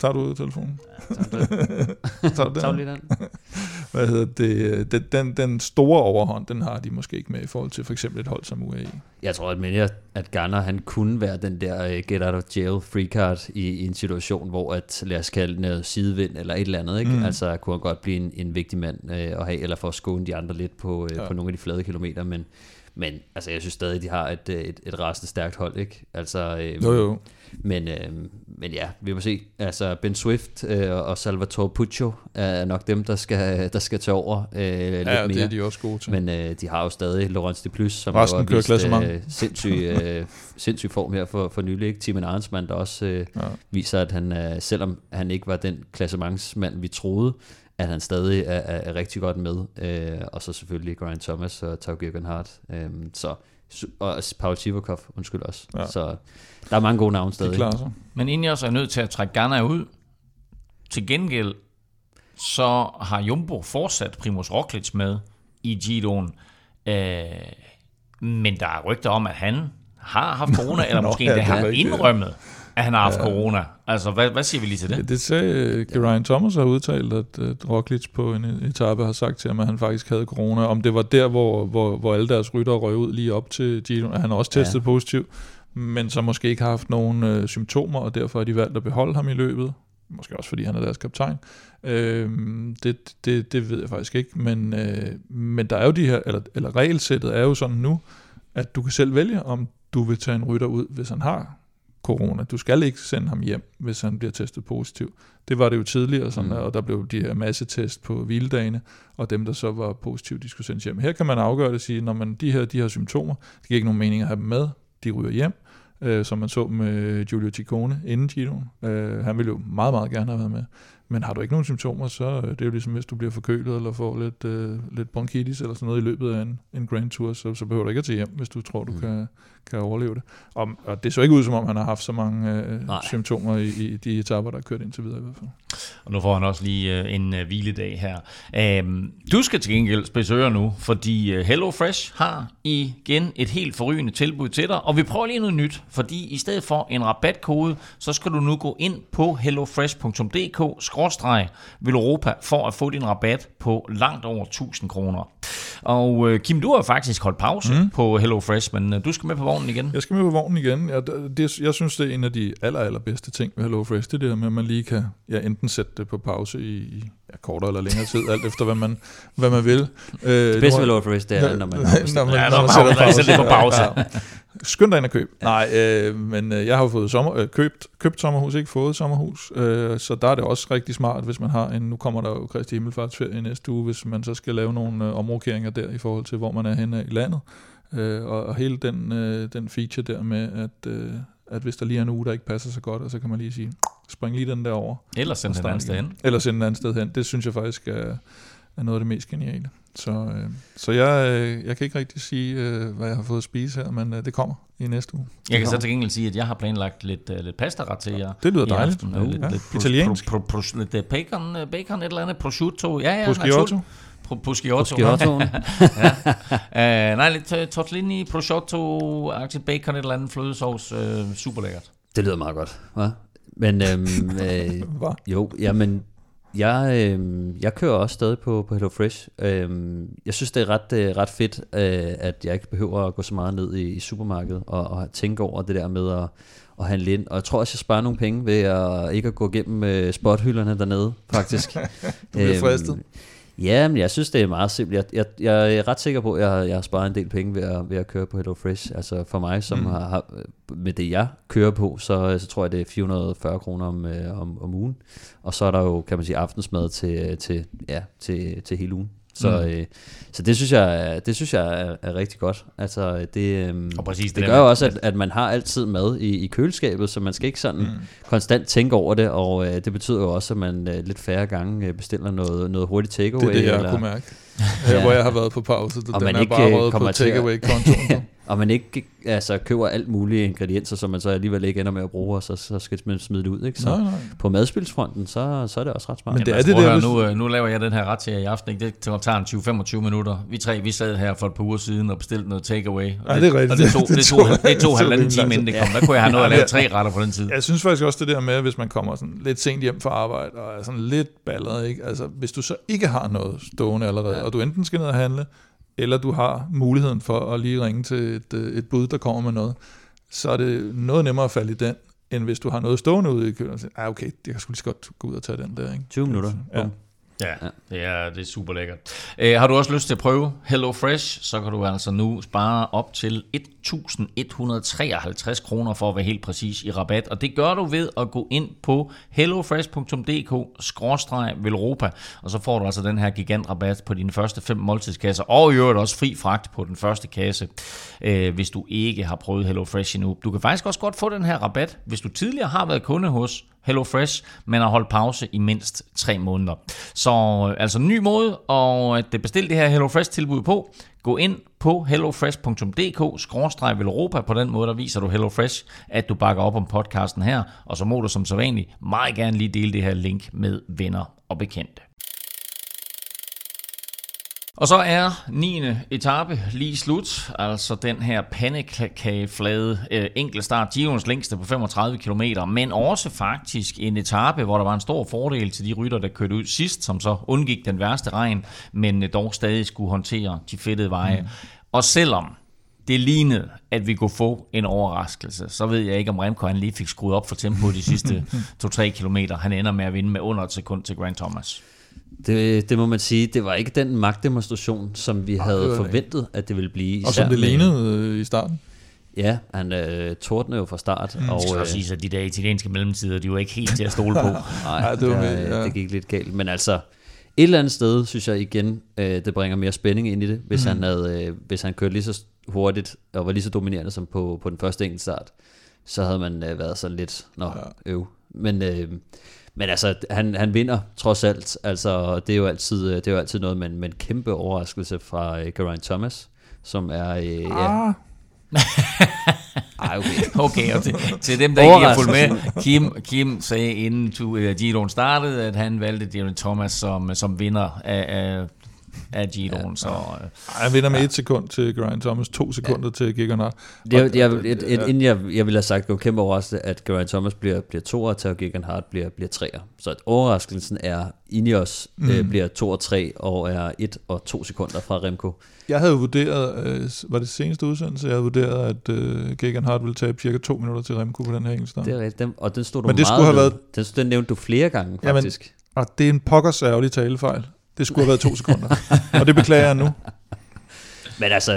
Tager du telefonen? Tager du lige den? Hvad hedder det? Den store overhånd, den har de måske ikke med i forhold til for eksempel et hold som UAE. Jeg tror, at Garner, han kunne være den der get out of jail free card i en situation, hvor at, lad os kalde noget sidevind eller et eller andet, ikke? Altså kunne han godt blive en vigtig mand at have, eller for at skåne de andre lidt på nogle af de flade kilometer, men altså, jeg synes stadig, de har et rasende stærkt hold, ikke? Altså, Jo. Men ja, vi må se. Altså, Ben Swift og Salvatore Puccio er nok dem, der skal tage over lidt mere. Det er de også gode til. Men de har jo stadig Laurens de Plus, som resten har vist sindssyg form her for nylig. Ikke? Timon Arnsmann, der også viser, at han, selvom han ikke var den klassementsmand, vi troede, at han stadig er rigtig godt med. Og så selvfølgelig Geraint Thomas og Tao Geoghegan Hart. Og Paul Sivakov, undskyld også. Ja. Så der er mange gode navne stadig. Men Ineos er nødt til at trække Garner ud. Til gengæld så har Jumbo fortsat Primož Roglič med i Giroen. Men der er rygter om, at han har haft corona, eller måske endda har indrømmet, at han har haft corona. Altså, hvad siger vi lige til det? Det sagde Geraint Thomas har udtalt, at Roglič på en etape har sagt til ham, at han faktisk havde corona. Om det var der, hvor alle deres ryttere røg ud lige op til Giro. Han har også testet positiv, men så måske ikke har haft nogen symptomer, og derfor har de valgt at beholde ham i løbet. Måske også fordi han er deres kaptajn. Det ved jeg faktisk ikke. Men der er jo de her, eller regelsættet er jo sådan nu, at du kan selv vælge, om du vil tage en rytter ud, hvis han har corona. Du skal ikke sende ham hjem, hvis han bliver testet positiv. Det var det jo tidligere, sådan og der blev de her massetest på hviledagene, og dem, der så var positive, de skulle sendes hjem. Her kan man afgøre det og sige, når man de her symptomer, det giver ikke nogen mening at have dem med, de ryger hjem, som man så med Giulio Ciccone inden Giroen. Han ville jo meget, meget gerne have været med. Men har du ikke nogen symptomer, så det er jo ligesom, hvis du bliver forkølet eller får lidt bronkitis eller sådan noget i løbet af en Grand Tour, så behøver du ikke at tage hjem, hvis du tror, du kan overleve det. Og det så ikke ud, som om han har haft så mange symptomer i de etaper, der er kørt indtil videre i hvert fald. Og nu får han også lige en hviledag her. Du skal til gengæld spidse ører nu, fordi HelloFresh har igen et helt forrygende tilbud til dig, og vi prøver lige noget nyt, fordi i stedet for en rabatkode, så skal du nu gå ind på hellofresh.dk/Villeuropa for at få din rabat på langt over 1000 kroner. Og Kim, du har faktisk holdt pause på HelloFresh, men du skal med på vognen igen. Jeg skal med på vognen igen. Jeg synes, det er en af de allerbedste ting ved HelloFresh. Det er det her med, at man lige kan enten sætte det på pause i kortere eller længere tid, alt efter hvad man vil. Det bedste ved HelloFresh, det er, når man sætter det på pause. Skynd dig ind og køb. Nej, men jeg har jo fået købt sommerhus, ikke fået sommerhus, så der er det også rigtig smart, hvis man har nu kommer der jo Kristi Himmelfartsferie i næste uge, hvis man så skal lave nogle omrokeringer der i forhold til, hvor man er henne i landet. Og hele den feature der med, at hvis der lige er en uge, der ikke passer så godt, så kan man lige sige, spring lige den der over. Eller sende den anden sted hen. Eller sende den anden sted hen. Det synes jeg faktisk er noget af det mest geniale. Så jeg kan ikke rigtig sige, hvad jeg har fået at spise her, men det kommer i næste uge. Jeg kan så til gengæld sige, at jeg har planlagt lidt pastaret til jer. Det lyder dejligt. Lidt italiensk. Lidt bacon, et eller andet, prosciutto. Prosciutto. Pusciotto. Nej, lidt tortellini, prosciutto, bacon, et eller andet flødesovs. Super lækkert. Det lyder meget godt, hva? Men jo, jamen jeg kører også stadig på HelloFresh. Jeg synes, det er ret fedt, at jeg ikke behøver at gå så meget ned i supermarkedet og tænke over det der med at handle ind. Og jeg tror også, jeg sparer nogle penge ved at ikke at gå igennem spothylderne dernede, faktisk. Du bliver fristet. Ja, men jeg synes, det er meget simpelt. Jeg er ret sikker på, at jeg har sparet en del penge ved at køre på HelloFresh. Altså for mig, som har med det, jeg kører på, så tror jeg, det er 440 kroner om ugen. Og så er der jo, kan man sige, aftensmad til hele ugen. Så det synes jeg er rigtig godt. Altså det gør jo også, at man har altid mad i køleskabet, så man skal ikke sådan konstant tænke over det, og det betyder jo også, at man lidt færre gange bestiller noget hurtigt takeaway. Det er det, jeg kunne mærke. Hvor jeg har været på pause, den er bare røget på takeaway-kontoen. og man ikke køber alt mulige ingredienser, som man så alligevel ikke ender med at bruge, og så skal man smide det ud. Ikke? Så nej. På madspilsfronten, så er det også ret smart. Men det er det der, nu laver jeg den her ret til i aften. Ikke? Det tager en 20-25 minutter. Vi sad her for et par uger siden og bestilte noget takeaway. Ja, det er rigtigt. Og det tog halvanden time, inden det kom. Der kunne jeg have noget at lave 3 retter på den tid. Jeg synes faktisk også det der med, hvis man kommer sådan lidt sent hjem fra arbejde, og er sådan lidt balleret, ikke? Altså, hvis du så ikke har noget stående allerede, og du enten skal ned og handle, eller du har muligheden for at lige ringe til et bud, der kommer med noget, så er det noget nemmere at falde i den, end hvis du har noget stående ude i køen og siger, okay, det kan sgu lige så godt gå ud og tage den der. Ikke? 20 minutter. Ja, det er super lækkert. Har du også lyst til at prøve HelloFresh, så kan du altså nu spare op til 1.153 kroner for at være helt præcis i rabat, og det gør du ved at gå ind på hellofresh.dk/velropa, og så får du altså den her gigantrabat på dine første 5 måltidskasser, og i øvrigt også fri fragt på den første kasse, hvis du ikke har prøvet HelloFresh endnu. Du kan faktisk også godt få den her rabat, hvis du tidligere har været kunde hos HelloFresh, men har holdt pause i mindst 3 måneder. Så altså en ny måde at bestille det her HelloFresh-tilbud på. Gå ind på hellofresh.dk/velropa. På den måde, der viser du HelloFresh, at du bakker op om podcasten her, og så må du som sædvanligt meget gerne lige dele det her link med venner og bekendte. Og så er 9. etape lige slut, altså den her pandekageflade enkeltstart, Giroens længste på 35 km, men også faktisk en etape, hvor der var en stor fordel til de rytter, der kørte ud sidst, som så undgik den værste regn, men dog stadig skulle håndtere de fedtede veje. Og selvom det lignede, at vi kunne få en overraskelse, så ved jeg ikke, om Remco han lige fik skruet op for tempoet de sidste 2-3 kilometer. Han ender med at vinde med under et sekund til Grant Thomas. Det må man sige, det var ikke den magtdemonstration, som vi havde forventet, at det ville blive. Og som det lignede i starten. Ja, han tordnede jo fra start. Og det skal også sige, at de der italienske mellemtider, de var ikke helt til at stole på. Nej, det gik lidt galt. Men altså, et eller andet sted, synes jeg igen, det bringer mere spænding ind i det, hvis han kørte lige så hurtigt og var lige så dominerende som på den første enkeltstart, så havde man været sådan lidt, Men altså, han vinder trods alt. Altså, det er jo altid noget, men en kæmpe overraskelse fra Geraint Thomas, som er... Okay, og til dem, der ikke har fulgt med, Kim sagde inden Giroen startede, at han valgte Geraint Thomas som vinder af Giroen. Han vinder med 1 sekund til Geraint Thomas, 2 sekunder til Geoghegan. Inden jeg ville have sagt, det var kæmpe overraskelse, at Geraint Thomas bliver 2'er, til Geoghegan bliver 3'er. Så at overraskelsen er, Ineos bliver 2 og 3, og er 1 og 2 sekunder fra Remco. Jeg havde vurderet, var det seneste udsendelse, jeg havde vurderet, at Geoghegan ville tabe cirka 2 minutter til Remco på den her enkeltstart. Det er rigtigt, og den stod du men det meget have været... Den nævnte du flere gange, faktisk. Jamen, og det er en pokkers ærgerlig talefejl. Det skulle have været 2 sekunder, og det beklager jeg nu. Men altså,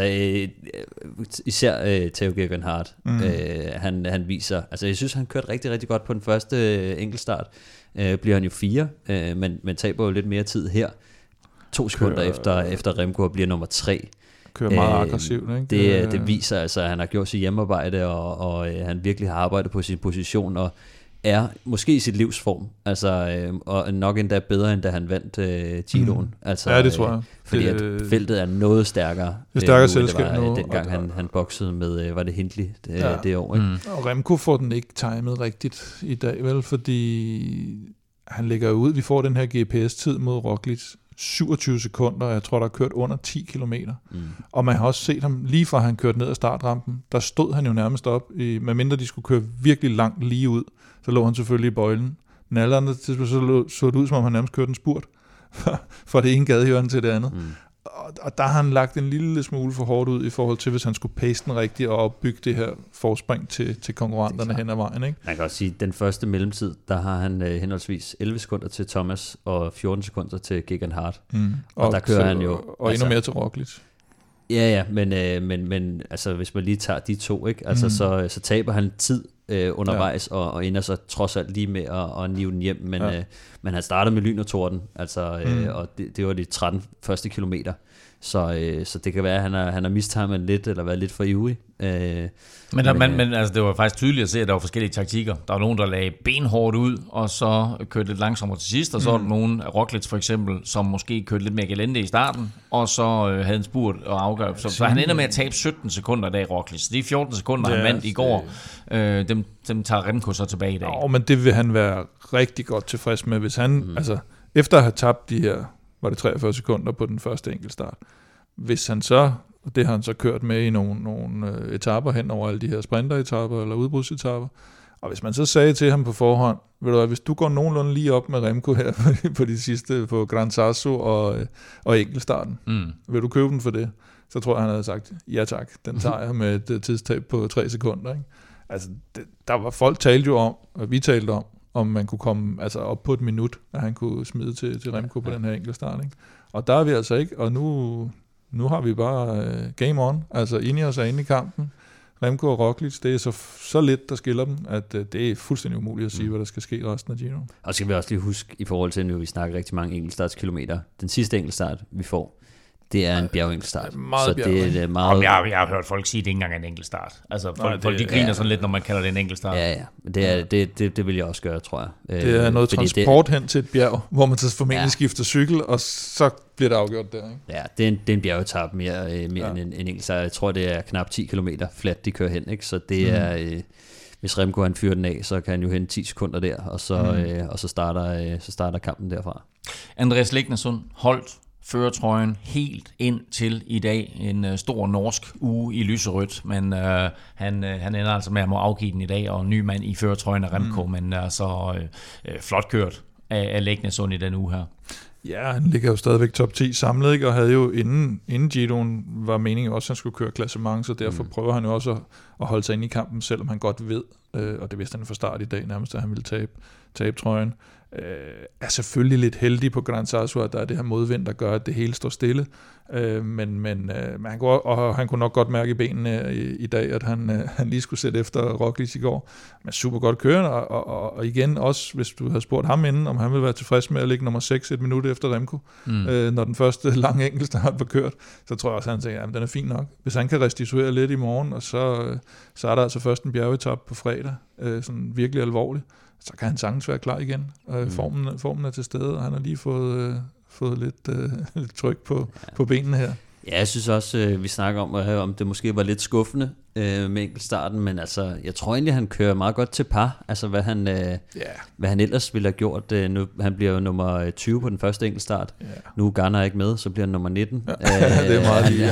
især Theo Geoghegan, han viser, altså jeg synes, han kørte rigtig, rigtig godt på den første enkeltstart. Bliver han jo 4, men taber jo lidt mere tid her. 2 sekunder efter Remco bliver nummer 3. Kører meget aggressivt, ikke? Det viser altså, at han har gjort sit hjemmearbejde, og han virkelig har arbejdet på sin position, og er måske i sit livsform, altså, og nok endda bedre, end da han vandt Giroen. Altså, ja, det tror jeg. Fordi at feltet er noget stærkere. Det stærkere selskab nu. Dengang han boksede med, var det Hindley det år. Ikke? Og Remco får den ikke timet rigtigt i dag, vel? Fordi han lægger ud, vi får den her GPS-tid mod Roglic, 27 sekunder, jeg tror, der er kørt under 10 kilometer. Og man har også set ham, lige fra han kørte ned ad startrampen, der stod han jo nærmest op, medmindre de skulle køre virkelig langt lige ud, så lå han selvfølgelig i bøjlen. Men alle andre tidspunkt så det ud, som om han nærmest kørte en spurt, fra det ene gadehjørne til det andet. Og der har han lagt en lille smule for hårdt ud, i forhold til, hvis han skulle pace den rigtigt, og opbygge det her forspring til konkurrenterne hen ad vejen. Ikke? Man kan også sige, at den første mellemtid, der har han henholdsvis 11 sekunder til Thomas, og 14 sekunder til Geoghegan. Og der kører han jo... Og endnu mere til Roglic. Ja, men altså, hvis man lige tager de to, ikke? Altså, så taber han tid undervejs, og ender så trods alt lige med at nive den hjem, men han startede med lyn og torden, altså, og det var de 13 første kilometer, Så det kan være, at han har mistimet lidt, eller været lidt for ivrig. Men altså, det var faktisk tydeligt at se, at der var forskellige taktikker. Der var nogen, der lagde benhårdt ud, og så kørte lidt langsommere til sidst, og så var der nogen af Roglic for eksempel, som måske kørte lidt mere gelente i starten, og så havde en spurt og afgør. Så han ender med at tabe 17 sekunder i dag, Roglic. Så de 14 sekunder, han vandt i går, dem tager Remco så tilbage i dag. Men det vil han være rigtig godt tilfreds med, hvis han, altså efter at have tabt de her, var det 43 sekunder på den første enkeltstart, hvis han så, og det har han så kørt med i nogle etaper hen over alle de her sprinteretapper eller udbrudsetapper, og hvis man så sagde til ham på forhånd, ved du hvad, hvis du går nogenlunde lige op med Remco her på de sidste, på Gran Sasso og enkeltstarten, vil du købe den for det? Så tror jeg, han havde sagt, ja tak, den tager jeg med et tidstab på 3 sekunder. Ikke? Altså, der var folk talte jo om, og vi talte om man kunne komme altså op på et minut, at han kunne smide til Remco på den her enkeltstart. Ikke? Og der er vi altså ikke, og nu har vi bare game on, altså Ineos er inde i kampen. Remco og Roglic, det er så lidt, der skiller dem, at det er fuldstændig umuligt at sige, hvad der skal ske resten af Giro. Og så skal vi også lige huske, i forhold til, at vi snakker rigtig mange enkeltstartskilometer, den sidste enkeltstart, vi får, det er en bjergenkeltstart. Så det er meget... Jeg har hørt folk sige, at det ikke engang er en enkeltstart. Altså folk de griner sådan lidt, når man kalder det en enkeltstart. Ja. Det vil jeg også gøre, tror jeg. Det er noget transport hen til et bjerg, hvor man så formentlig skifter cykel, og så bliver det afgjort der. Ikke? Ja, det er en bjergetap mere end en enkeltstart. Jeg tror, det er knap 10 kilometer fladt, de kører hen. Ikke? Så det er... Hvis Remco han fyrer den af, så kan han jo hente 10 sekunder der, og så starter kampen derfra. Andreas Leknesund holdt førertrøjen helt ind til i dag. En stor norsk uge i lyserødt, men han ender altså med at må afgive den i dag, og en ny mand i førertrøjen af Remco, men altså flot kørt af Leknesund i den uge her. Ja, han ligger jo stadigvæk top 10 samlet, ikke? Og havde jo inden Giroen var meningen også, at han skulle køre klassement, så derfor prøver han jo også at holde sig inde i kampen, selvom han godt ved, og det vidste han fra start i dag nærmest, at han ville tabe trøjen. Er selvfølgelig lidt heldig på Gran Sasso, at der er det her modvind, der gør, at det hele står stille. Men han kunne nok godt mærke i benene i dag, at han lige skulle sætte efter Roglic i går. Men super godt kørende, og igen også, hvis du havde spurgt ham inden, om han ville være tilfreds med at ligge nummer 6 et minut efter Remco, når den første lange enkeltstart var kørt, så tror jeg også, at han tænker, at den er fin nok. Hvis han kan restituere lidt i morgen, og så er der altså først en bjergetap på fredag, sådan virkelig alvorligt, så kan han sagtens være klar igen. Formen er til stede, og han har lige fået lidt tryk på benene her. Ja, jeg synes også, vi snakker om det måske var lidt skuffende med enkeltstarten, men altså, jeg tror egentlig, han kører meget godt til par. Altså, hvad han ellers ville have gjort. Nu, han bliver jo nummer 20 på den første enkeltstart. Nu er Garner ikke med, så bliver han nummer 19. Det er meget lige,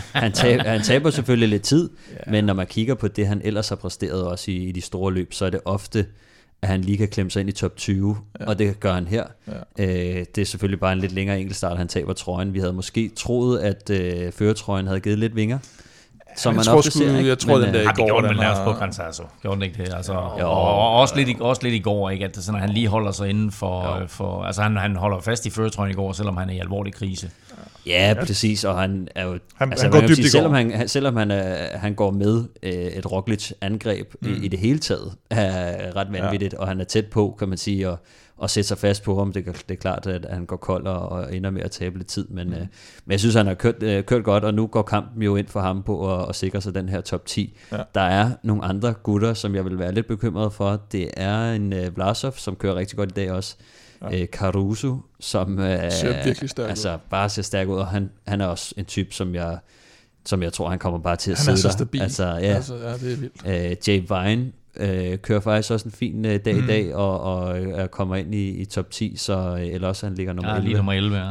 han taber selvfølgelig lidt tid, men når man kigger på det, han ellers har præsteret også i de store løb, så er det ofte, at han lige kan klemme sig ind i top 20, og det gør han her. Det er selvfølgelig bare en lidt længere enkeltstart, han taber trøjen. Vi havde måske troet, at førertrøjen havde givet lidt vinger. Som man ofte ser, ikke? Jeg tror, den der i går... Det gjorde den nærmest på Gran Sasso. Gjorde den ikke det? Altså, og også lidt i går, ikke? At sådan, at han lige holder sig inden for altså han holder fast i førertrøjen i går, selvom han er i alvorlig krise. Ja, præcis, og han er jo... Han går dybt i går. Selvom han går med et Roglic-angreb i det hele taget, er ret vanvittigt, og han er tæt på, kan man sige, og sætte sig fast på ham. Det er klart, at han går kold og ender med at tabe lidt tid, men jeg synes, han har kørt godt, og nu går kampen jo ind for ham på at sikre sig den her top 10. Der er nogle andre gutter, som jeg vil være lidt bekymret for. Det er en Vlasov, som kører rigtig godt i dag også. Caruso, som ser virkelig stærk altså bare ser stærk ud, og han er også en type, som jeg tror, han kommer bare til at sidde der. Han er så stabil. Altså, det er vildt. Jay Vine kører faktisk også en fin dag i dag, og kommer ind i top 10, så eller også han ligger nummer 11. Lige nummer 11,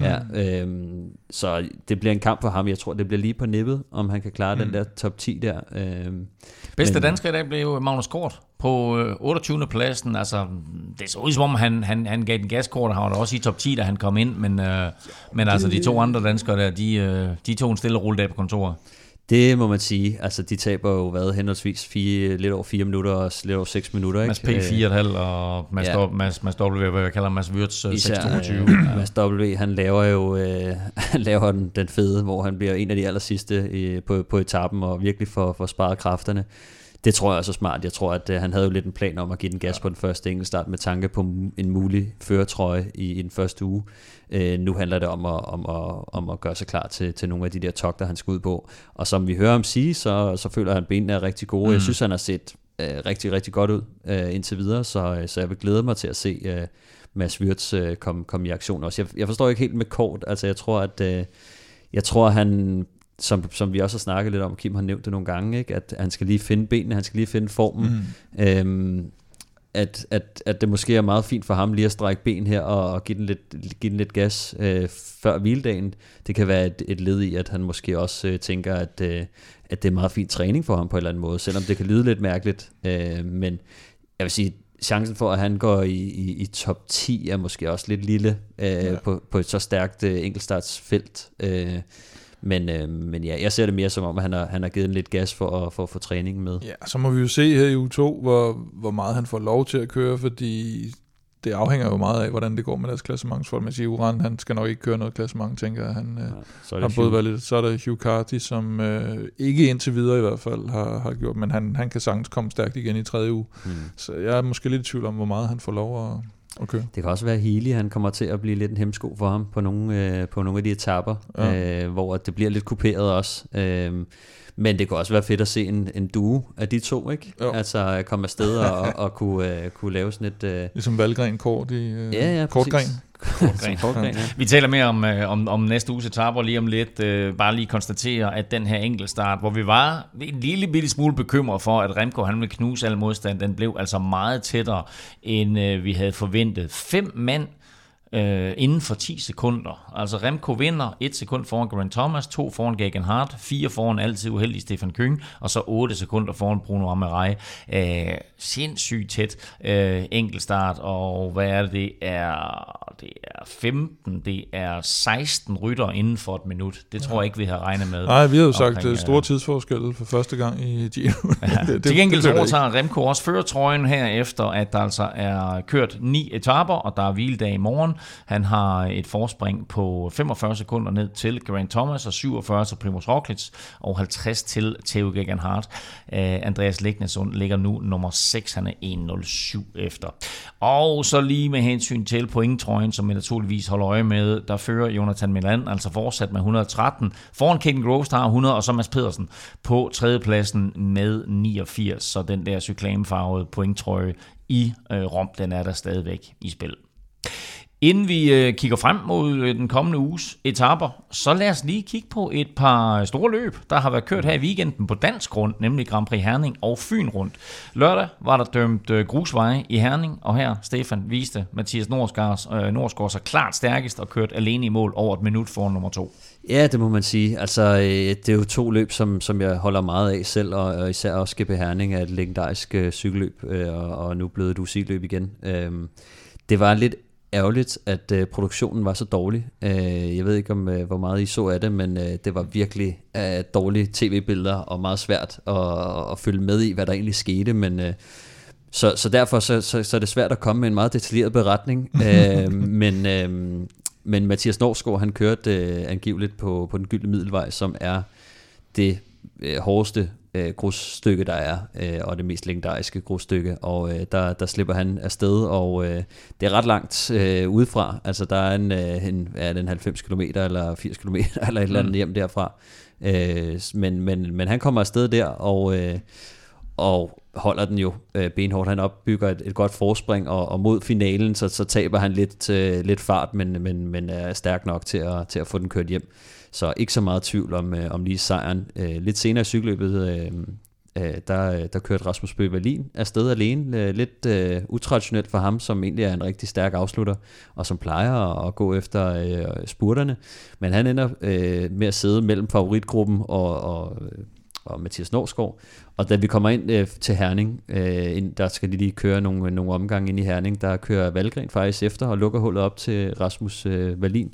så det bliver en kamp for ham. Jeg tror, det bliver lige på nippet, om han kan klare den der top 10 der. Bedste dansker i dag blev jo Magnus Kort på 28. pladsen. Altså, det så ud som om, han gav den gaskort, og han var også i top 10, da han kom ind, men altså de to andre danskere der, de tog en stille rulledag på kontoret. Det må man sige. Altså, de taber jo henholdsvis lidt over 4 minutter og lidt over 6 minutter. Mads P. 4,5 og Mads W., hvad jeg kalder Mads Wirtz 6,22. Mads W., han laver jo den fede, hvor han bliver en af de aller sidste på etappen og virkelig får sparet kræfterne. Det tror jeg er så smart. Jeg tror, at han havde jo lidt en plan om at give den gas på den første enkeltstart med tanke på en mulig førertrøje i den første uge. Nu handler det om at gøre sig klar til nogle af de der togter, han skal ud på. Og som vi hører ham sige, så føler han, at benene er rigtig gode. Jeg synes, han har set rigtig, rigtig godt ud indtil videre, så jeg vil glæde mig til at se Mads Wirtz komme i aktion også. Jeg forstår ikke helt med kort. Altså, jeg tror, han... Som vi også har snakket lidt om, Kim har nævnt det nogle gange, ikke? At han skal lige finde benene, han skal lige finde formen. At det måske er meget fint for ham lige at strække ben her og give den lidt gas før hviledagen. Det kan være et led i, at han måske også tænker, at det er meget fin træning for ham på en eller anden måde, selvom det kan lyde lidt mærkeligt. Men jeg vil sige, chancen for, at han går i top 10 er måske også lidt lille på et så stærkt enkeltstartsfelt. Men ja, jeg ser det mere som om, at han har givet en lidt gas for at få træningen med. Ja, så må vi jo se her i uge 2, hvor meget han får lov til at køre, fordi det afhænger jo meget af, hvordan det går med deres klassementsfolk. Man siger, Uran, han skal nok ikke køre noget klassement, tænker jeg. Han har både været lidt. Så er der Hugh Carty, som ikke indtil videre i hvert fald har gjort, men han kan sagtens komme stærkt igen i 3. uge. Så jeg er måske lidt i tvivl om, hvor meget han får lov at okay. Det kan også være Healy, han kommer til at blive lidt en hemsko for ham på nogle af de etaper, hvor det bliver lidt kuperet også. Men det kan også være fedt at se en duo af de to, ikke? Jo. Altså komme afsted og kunne lave sådan et... Ligesom Valgren Kort i Kortgren. Ja. Vi taler mere om næste uges etaper lige om lidt. Bare lige konstatere, at den her enkeltstart, hvor vi var en lille bitte smule bekymret for, at Remco han ville knuse al modstand, den blev altså meget tættere, end vi havde forventet. 5 mand inden for 10 sekunder. Altså Remco vinder 1 sekund foran Geraint Thomas, 2 foran Geoghegan Hart, 4 foran altid uheldig Stefan Küng, og så 8 sekunder foran Bruno Amirail. Sindssygt tæt enkeltstart, og hvad er det? Det er 15, det er 16 rytter inden for et minut. Det tror jeg ikke, vi har regnet med. Nej, vi har jo sagt store tidsforskelle for første gang i Giro. Til gengæld så overtager Remco også førertrøjen her efter, at der altså er kørt 9 etaper, og der er hviledag i morgen. Han har et forspring på 45 sekunder ned til Geraint Thomas, og 47 til Primož Roglič, og 50 til Theo Geoghegan Hart. Andreas Leknesund ligger nu nummer 6, han er 1.07 efter. Og så lige med hensyn til pointtrøjen, som vi naturligvis holder øje med, der fører Jonathan Milan altså fortsat med 113. Foran Caden Groves, der har 100, og så Mads Pedersen på 3. pladsen med 89. Så den der cyklamefarvede pointtrøje i Rom, den er der stadigvæk i spil. Inden vi kigger frem mod den kommende uges etaper, så lad os lige kigge på et par store løb, der har været kørt her i weekenden på dansk grund, nemlig Grand Prix Herning og Fyn rundt. Lørdag var der dømt grusveje i Herning, og her, Stefan, viste Mathias Norsgaard sig klart stærkest og kørt alene i mål over et minut foran nummer 2. Ja, det må man sige. Altså, det er jo 2 løb, som jeg holder meget af selv, og især også GP Herning er et legendarisk cykelløb, og nu blevet et UCI-løb igen. Det var lidt ærgerligt, at produktionen var så dårlig. Jeg ved ikke, hvor meget I så af det, men det var virkelig dårlige tv-billeder, og meget svært at følge med i, hvad der egentlig skete, men... Så derfor så er det svært at komme med en meget detaljeret beretning, men Mathias Norsgaard, han kørte angiveligt på den gyldne middelvej, som er det hårdeste grusstykke, der er, og det mest legendariske grusstykke, og der slipper han afsted, og det er ret langt udefra, altså der er en 90 km eller 80 km eller et eller andet hjem derfra, men han kommer afsted der, og holder den jo benhårdt. Han opbygger et godt forspring, og mod finalen, så taber han lidt fart, men er stærk nok til at få den kørt hjem. Så ikke så meget tvivl om lige sejren. Lidt senere i cykelløbet, der kørte Rasmus Bøgh Wallin afsted alene. Lidt utraditionelt for ham, som egentlig er en rigtig stærk afslutter, og som plejer at gå efter spurterne. Men han ender med at sidde mellem favoritgruppen og Mathias Norsgaard. Og da vi kommer ind til Herning, der skal de lige køre nogle omgange ind i Herning, der kører Valgren faktisk efter og lukker hullet op til Rasmus Wallin,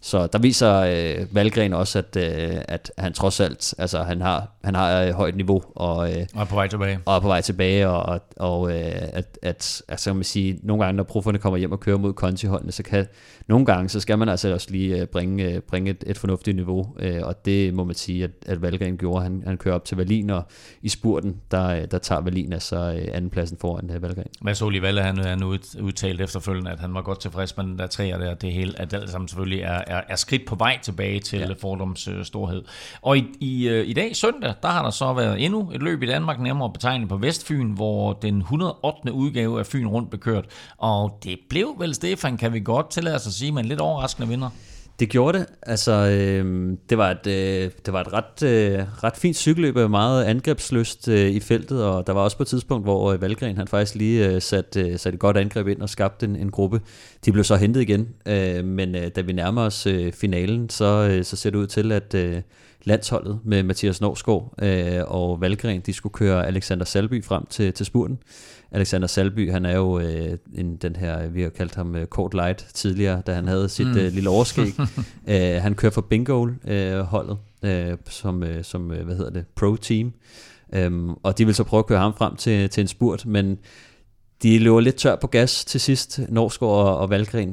Så der viser Valgren også, at han trods alt, altså han har højt niveau og er på vej tilbage. Og er på vej tilbage, og altså kan man sige, nogle gange når profferne kommer hjem og kører mod Conti-holdene, nogle gange så skal man altså også lige bringe et fornuftigt niveau, og det må man sige, at Valgren gjorde. Han kører op til Wallin, og i spurten, der tager Wallin altså andenpladsen foran Valgren. Mads Olivalle, han udtalt efterfølgende, at han var godt tilfreds med den der træer der, det hele, at alt sammen selvfølgelig er skridt på vej tilbage til Fordoms storhed. Og i dag, søndag, der har der så været endnu et løb i Danmark, nærmere betegnet på Vestfyn, hvor den 108. udgave af Fyn Rundt blev kørt. Og det blev vel, Stefan, kan vi godt tillade os at sige, men lidt overraskende vinder. Det gjorde det. Altså, det var et ret fint cykelløb, meget angrebslyst i feltet, og der var også på et tidspunkt, hvor Valgren han faktisk lige satte et godt angreb ind og skabte en gruppe. De blev så hentet igen, men da vi nærmer os finalen, så ser det ud til, at landsholdet med Mathias Norsgaard og Valgren, de skulle køre Alexander Salby frem til spurten. Alexander Salby, han er jo den her, vi har kaldt ham Court Light tidligere, da han havde sit lille overskæg. Han kører for Bingo-holdet, som pro-team. Og de vil så prøve at køre ham frem til en spurt, men de løber lidt tør på gas til sidst, Norsgaard og Valgren,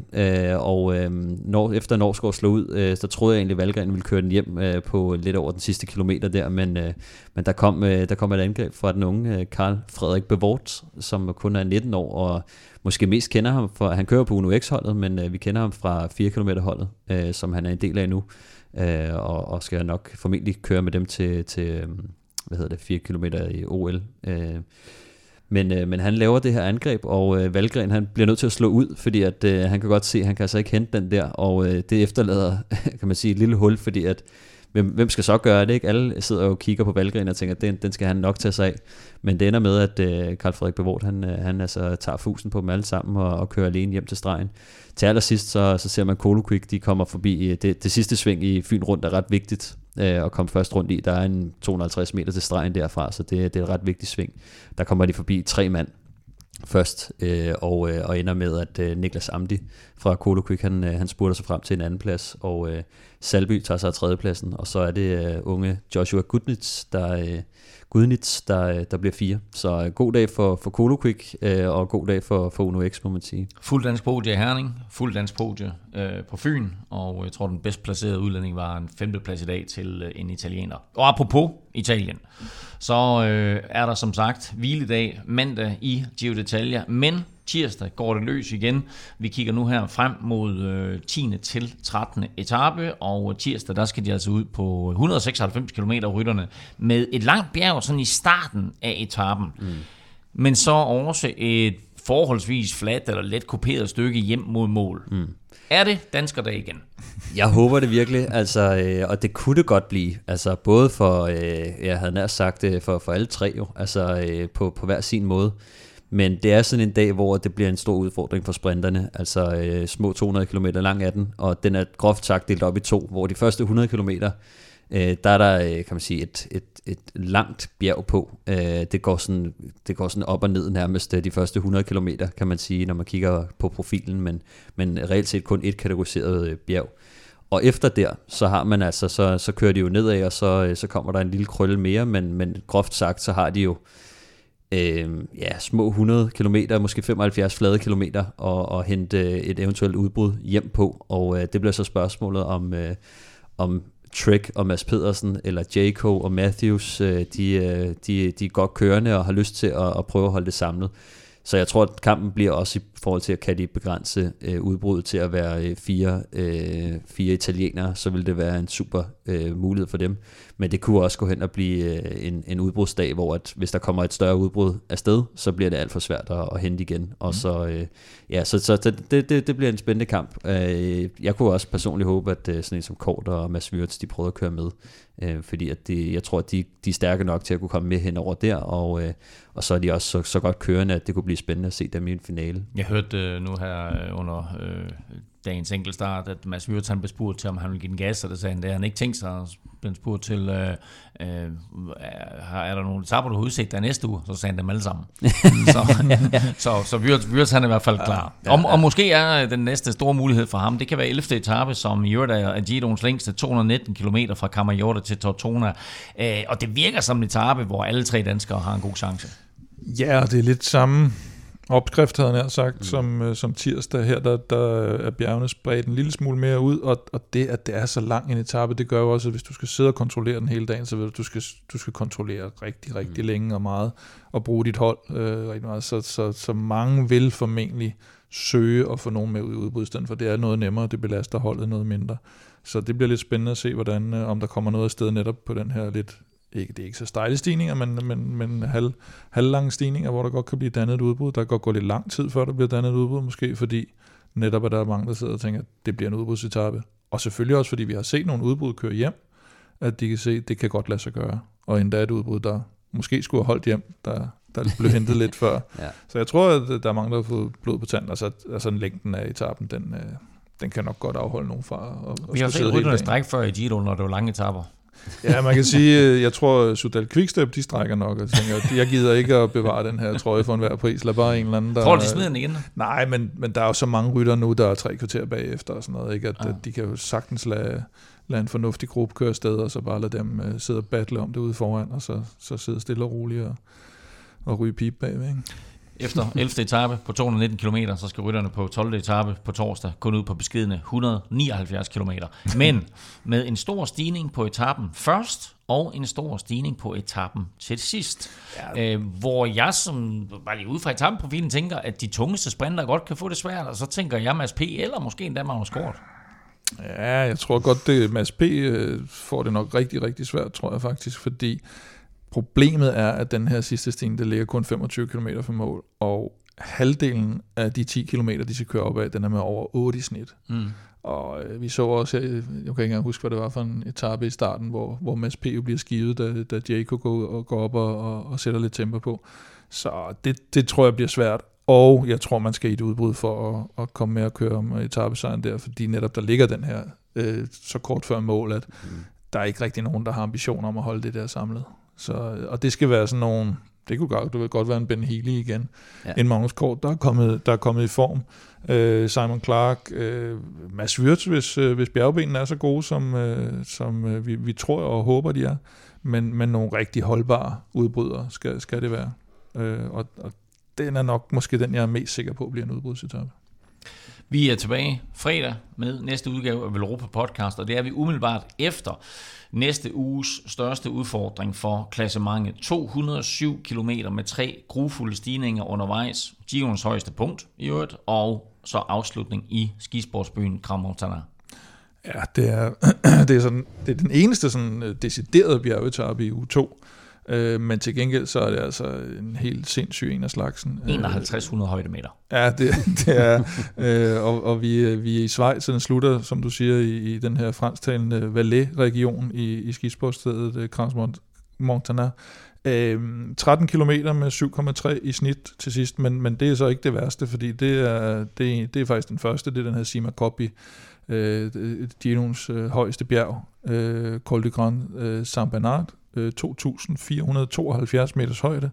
efter Norsgaard slog ud, så troede jeg egentlig, at Valgren ville køre den hjem på lidt over den sidste kilometer der, men der kom et angreb fra den unge Carl Frederik Bevort, som kun er 19 år, og måske mest kender ham, for han kører på Uno X-holdet, men vi kender ham fra 4 km-holdet, som han er en del af nu, og skal nok formentlig køre med dem til 4 km i OL. Men han laver det her angreb, og Valgren han bliver nødt til at slå ud, fordi at han kan godt se, at han kan altså ikke hente den der, og det efterlader, kan man sige, et lille hul, fordi at hvem skal så gøre det, ikke? Alle sidder og kigger på Valgren og tænker, at den skal han nok tage sig af, men det ender med, at Carl Frederik Bevort, han altså tager fusen på dem alle sammen og kører alene hjem til stregen. Til allersidst, så ser man Colo Quick, de kommer forbi, det sidste sving i Fyn Rundt er ret vigtigt, og komme først rundt i. Der er en 250 meter til stregen derfra, så det er et ret vigtigt sving. Der kommer de forbi 3 mand først, og ender med, at Niklas Amdi fra Colo Quick, han spurter sig frem til en anden plads, og Salby tager sig af tredjepladsen, og så er det unge Joshua Gudnitz, der bliver 4. Så god dag for Colo Quick, og god dag for Uno X, må man sige. Fuld dansk podie i Herning, fuld dansk podie på Fyn, og jeg tror, den bedst placerede udlænding var en 5. plads i dag til en italiener. Og apropos Italien, så er der som sagt hviledag mandag i Giro d'Italia, men tirsdag går det løs igen. Vi kigger nu her frem mod 10. til 13. etape, og tirsdag der skal de altså ud på 196 km rytterne med et langt bjerg sådan i starten af etapen. Men så også et forholdsvis fladt eller let kuperet stykke hjem mod mål. Er det danskerdage igen? Jeg håber det virkelig, altså, og det kunne det godt blive, altså både for, jeg havde nær sagt, for alle tre jo, altså på hver sin måde. Men det er sådan en dag, hvor det bliver en stor udfordring for sprinterne, altså små 200 km lang er den, og den er groft sagt delt op i 2, hvor de første 100 km, der er der, kan man sige, et langt bjerg på. Det går sådan op og ned nærmest de første 100 km, kan man sige, når man kigger på profilen, men reelt set kun et kategoriseret bjerg. Og efter der, så har man altså, så kører de jo nedad, og så kommer der en lille krølle mere, men groft sagt, så har de jo små 100 kilometer, måske 75 flade kilometer, og hente et eventuelt udbrud hjem på, og det bliver så spørgsmålet om Trek og Mads Pedersen, eller Jayco og Matthews, de er godt kørende og har lyst til at prøve at holde det samlet. Så jeg tror, at kampen bliver også i forhold til, at kan de begrænse udbruddet til at være fire italienere, så vil det være en super mulighed for dem. Men det kunne også gå hen og blive en udbrudsdag, hvor at, hvis der kommer et større udbrud afsted, så bliver det alt for svært at hente igen. Og så det bliver en spændende kamp. Jeg kunne også personligt håbe, at sådan en som Kort og Mads Wirtz, de prøvede at køre med. Fordi at jeg tror, at de er stærke nok til at kunne komme med hen over der, og så er de også så godt kørende, at det kunne blive spændende at se dem i en finale. Jeg hørte nu her under dagens enkeltstart, at Mads Wirtz han blev spurgt til, om han ville give den gas, og det sagde han, det han ikke tænkt sig. Blev spurgt til, er der nogle etaper, du har udset der næste uge? Så sagde han dem alle sammen. så Wirtz han er i hvert fald klar. Og måske er den næste store mulighed for ham, det kan være 11. etape, som i øvrigt er Giroens længste, 219 km fra Camaiore til Tortona. Og det virker som en etape, hvor alle 3 danskere har en god chance. Ja, det er lidt samme opskrift, havde jeg sagt, som tirsdag her, der er bjergene spredt en lille smule mere ud, og det, at det er så lang en etape, det gør jo også, at hvis du skal sidde og kontrollere den hele dagen, så ved du skal kontrollere rigtig længe og meget, og bruge dit hold rigtig meget, så mange vil formentlig søge at få nogen med ud i udbrud, for det er noget nemmere, det belaster holdet noget mindre. Så det bliver lidt spændende at se, hvordan, om der kommer noget af sted netop på den her lidt, det er ikke så stejle stigninger, men halvlange stigninger, hvor der godt kan blive dannet et udbrud. Der kan godt gå lidt lang tid, før der bliver dannet et udbrud, måske fordi netop at der er mange, der sidder og tænker, at det bliver en udbrudsetape. Og selvfølgelig også, fordi vi har set nogle udbrud køre hjem, at de kan se, at det kan godt lade sig gøre. Og endda et udbrud, der måske skulle have holdt hjem, der blev hentet lidt før. Ja. Så jeg tror, at der er mange, der har fået blod på tanden. Altså længden af etapen, den kan nok godt afholde nogen fra. Vi har set rytterne strække før i Giro, når det var lange etaper. Ja, man kan sige, jeg tror, Soudal Quickstep, de strækker nok, og tænker, jeg gider ikke at bevare den her trøje for enhver pris, lad bare en eller anden, der... Tror du, de smider den igen? Nej, men der er jo så mange rytter nu, der er 3 kvarter bagefter og sådan noget, ikke? At de kan jo sagtens lade en fornuftig gruppe køre afsted, og så bare lade dem sidde og battle om det ude foran, og så sidde stille og roligt og ryge pipe bagved, ikke? Efter 11. etape på 219 km, så skal rytterne på 12. etape på torsdag kun ud på beskedne 179 km. Men med en stor stigning på etappen først, og en stor stigning på etappen til sidst. Ja. Hvor jeg som bare lige ude fra etappeprofilen tænker, at de tungeste sprinter godt kan få det svært, og så tænker jeg Mads P. eller måske endda Magnus Kort. Ja, jeg tror godt, det Mads P. får det nok rigtig, rigtig svært, tror jeg faktisk, fordi problemet er, at den her sidste stigning, der ligger kun 25 km fra mål, og halvdelen af de 10 km, de skal køre op af, den er med over 8 i snit. Og vi så også, jeg kan ikke engang huske, hvad det var for en etape i starten, hvor Mads P. bliver skivet, da Jaco går op og sætter lidt tempo på. Så det tror jeg bliver svært, og jeg tror, man skal i et udbrud for at komme med at køre om etapesejren der, fordi netop der ligger den her så kort før mål, at der er ikke rigtig nogen, der har ambitioner om at holde det der samlet. Så, og det skal være sådan nogle, det kunne godt være en Ben Healy igen, en Magnus Kort, der er kommet i form, Simon Clark, Mads Wirtz, hvis bjergbenene er så gode, som vi tror og håber, de er, men nogle rigtig holdbare udbrydere skal det være. Og den er nok måske den, jeg er mest sikker på bliver en udbrudsetape. Vi er tilbage fredag med næste udgave af Velropa Podcast, og det er vi umiddelbart efter næste uges største udfordring for klassementet. 207 km med 3 grufulde stigninger undervejs. Giroens højeste punkt i øvrigt, og så afslutning i skisportsbyen Crans-Montana. Ja, det er den eneste sådan deciderede bjergetape i uge 2. Men til gengæld så er det altså en helt sindssyg en af slagsen. 5100 højdemeter. Ja, det er. Og vi er i Schweiz, så den slutter, som du siger, i den her fransktalende Valais-region i skisportsstedet Crans-Montana. 13 kilometer med 7,3 i snit til sidst, men det er så ikke det værste, fordi det er faktisk den første, det er den her Cima Coppi, Giroens højeste bjerg, Col du Grand Saint-Bernard, 2.472 meters højde,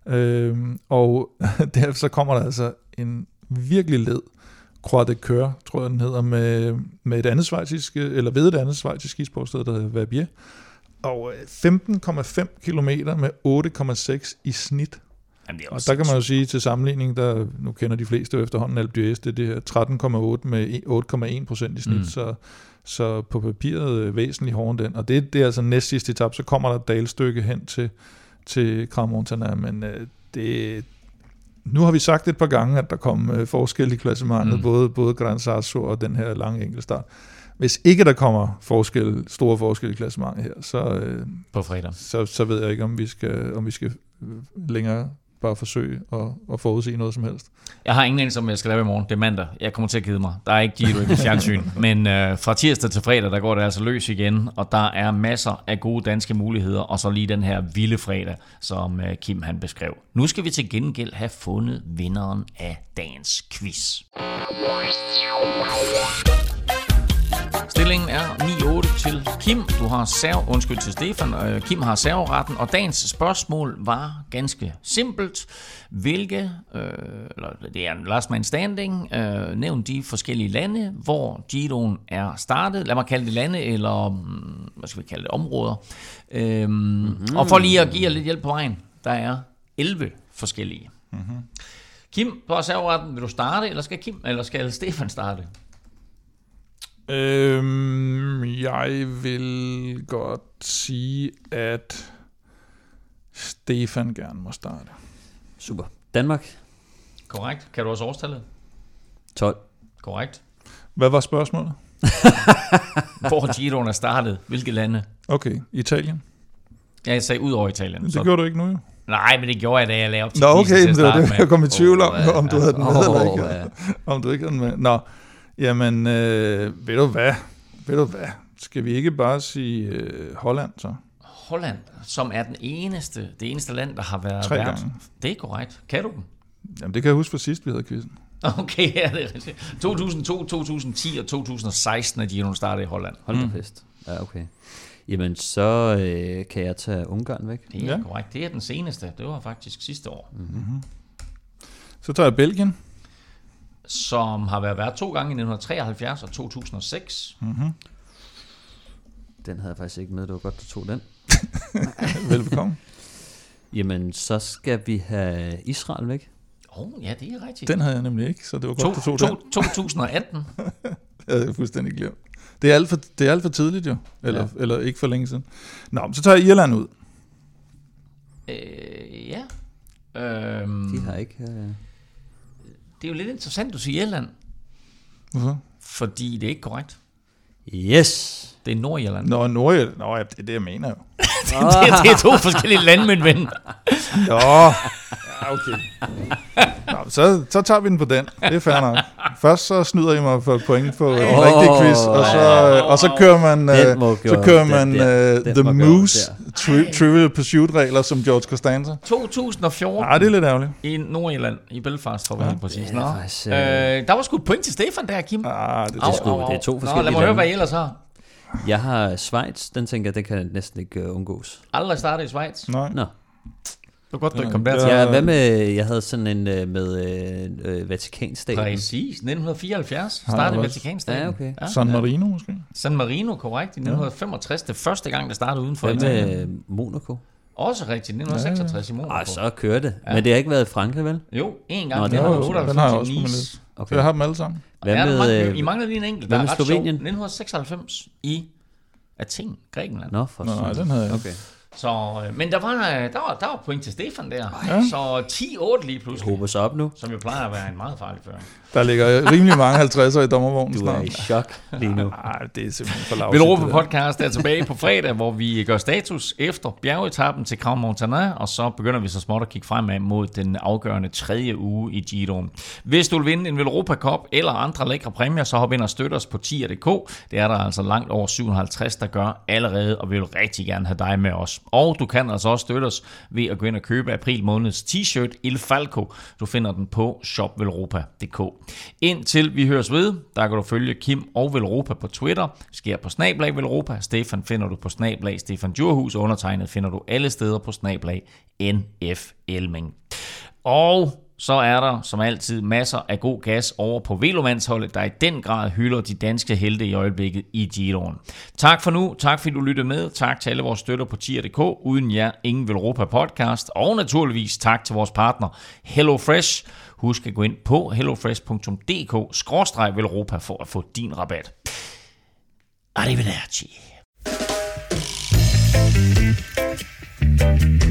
og der så kommer der altså en virkelig led Croix de Coeur, tror jeg den hedder, med et andet schweizisk, eller ved et andet schweizisk skisportsted, der hedder Verbier, og 15,5 kilometer med 8,6 i snit. Jamen, og der kan man jo sige til sammenligning, der nu kender de fleste efterhånden Alpe d'Huez, det her 13,8 med 8,1% i snit, så på papiret væsentligt hårdere den. Og det er altså næst sidste etape, så kommer der et dalstykke hen til Crans-Montana, men nu har vi sagt et par gange, at der kom forskel i klassementet, både Gran Sasso og den her lange enkeltstart. Hvis ikke der kommer store forskel i klassementet her, så på fredag, så ved jeg ikke, om vi skal længere bare forsøge at forudsige noget som helst. Jeg har ingen anelse om, jeg skal lave i morgen. Det er mandag. Jeg kommer til at kede mig. Der er ikke Giro i det fjernsyn. Men fra tirsdag til fredag, der går det altså løs igen. Og der er masser af gode danske muligheder. Og så lige den her vilde fredag, som Kim han beskrev. Nu skal vi til gengæld have fundet vinderen af dagens quiz. Stillingen er 9-8 til Kim. Du har til Stefan. Kim har serveretten, og dagens spørgsmål var ganske simpelt. Hvilke, det er en last man standing, nævn de forskellige lande, hvor Giroen er startet. Lad mig kalde det lande, eller hvad skal vi kalde det, områder. Og for lige at give jer lidt hjælp på vejen, der er 11 forskellige. Kim, du har serveretten. Vil du starte, eller skal Stefan starte? Jeg vil godt sige, at Stefan gerne må starte. Super. Danmark. Korrekt. Kan du også årstallet? 12. Korrekt. Hvad var spørgsmålet? Hvor Giroen er startet. Hvilke lande? Okay, Italien. Jeg sagde ud over Italien. Det gjorde du ikke nu, jo. Nej, men det gjorde jeg, da jeg lavede op til Nå, okay, men det var det, jeg kom i tvivl om du havde den med eller ikke. Ja. Om du ikke havde den med. Nå, jamen, ved du hvad? Skal vi ikke bare sige Holland så? Holland, som er det eneste land, der har været 3 vært. gange. Det er korrekt. Kan du den? Jamen, det kan jeg huske fra sidst, vi havde quizzen. Okay, ja, det er rigtigt. 2002, 2010 og 2016 er Giroen startet i Holland. Hold da fest. Ja, okay. Jamen, så kan jeg tage Ungarn væk. Det er korrekt. Det er den seneste. Det var faktisk sidste år. Mm-hmm. Så tager jeg Belgien. Som har været vært 2 gange i 1973 og 2006. Mm-hmm. Den havde jeg faktisk ikke med. Det var godt, du tog den. Velbekomme. Jamen, så skal vi have Israel væk. Ja, det er rigtigt. Den havde jeg nemlig ikke, så det var godt, du tog den. 2018. Det havde jeg fuldstændig glemt. Det er alt for tidligt jo, eller ikke for længe siden. Nå, så tager jeg Irland ud. Ja. De har ikke... Det er jo lidt interessant, du siger Irland. Hvorfor? Fordi det er ikke korrekt. Yes! Det er Nordirland. Nordirland. Nå, det er det, jeg mener jo. det er 2 forskellige landmænd, ven. Ja, okay. Nå, så tager vi den på den. Det er fair nok. Først så snyder I mig for point på en rigtig quiz, og så kører man, The Moose Trivial Pursuit-regler som George Costanza. 2014. Det er lidt ærgerligt. I Nordirland, i Belfast, for at være helt præcis. Der var sgu et point til Stefan der, Kim. Det er 2 forskellige lad mig høre, hvad I ellers har. Jeg har Schweiz, den tænker jeg, den kan næsten ikke undgås. Aldrig startet i Schweiz? Nej. Nå. Det var godt, du ikke kom dertil. Ja, hvad med, jeg havde sådan en med Vatikanstaten. Præcis, 1974 startede Vatikanstaten. Ja, okay. Ja. San Marino måske? San Marino, korrekt, i 1965. Det første gang, der startede uden for Italien. Italien. Med Monaco? Også rigtigt, 1966 i Monaco. Så kører det. Ja. Men det har ikke været i Frankrig, vel? Jo, en gang. Den har jeg også på Nice. Okay. Jeg har dem alle sammen. I mangler lige en enkelt, der er ret sjov. 1996 i Athen, Grækenland. Nå, for nej, den havde jeg. Okay. Så, men der var point til Stefan der. Ja. Så 10-8 lige pludselig. Håber så op nu. Som jo plejer at være en meget farlig føring. Der ligger rimelig mange 50'er i dommervognen snart. Du er i chok lige nu. Nej, det er simpelthen for lavt. Velropa podcast er tilbage på fredag, hvor vi gør status efter bjergetappen til Crans Montana, og så begynder vi så småt at kigge fremad mod den afgørende 3. uge i Giroen. Hvis du vil vinde en Velropa Cup eller andre lækre præmier, så hop ind og støt os på tier.dk. Det er der altså langt over 57, der gør allerede, og vi vil rigtig gerne have dig med os. Og du kan altså også støtte os ved at gå ind og købe april måneds t-shirt Il Falco. Du finder den på shopvelropa.dk. Indtil vi høres ved, der kan du følge Kim og Velropa på Twitter. Sker på @Velropa. Stefan finder du på @Stefan Djurhus, og undertegnet finder du alle steder på @NF Elming. Og så er der som altid masser af god gas over på Velomandsholdet, der i den grad hylder de danske helte i øjeblikket i Giroen. Tak for nu, tak fordi du lyttede med, tak til alle vores støtter på tier.dk, uden jer ingen Velropa podcast, og naturligvis tak til vores partner HelloFresh. Husk at gå ind på hellofresh.dk/Velropa for at få din rabat. Arrivederci.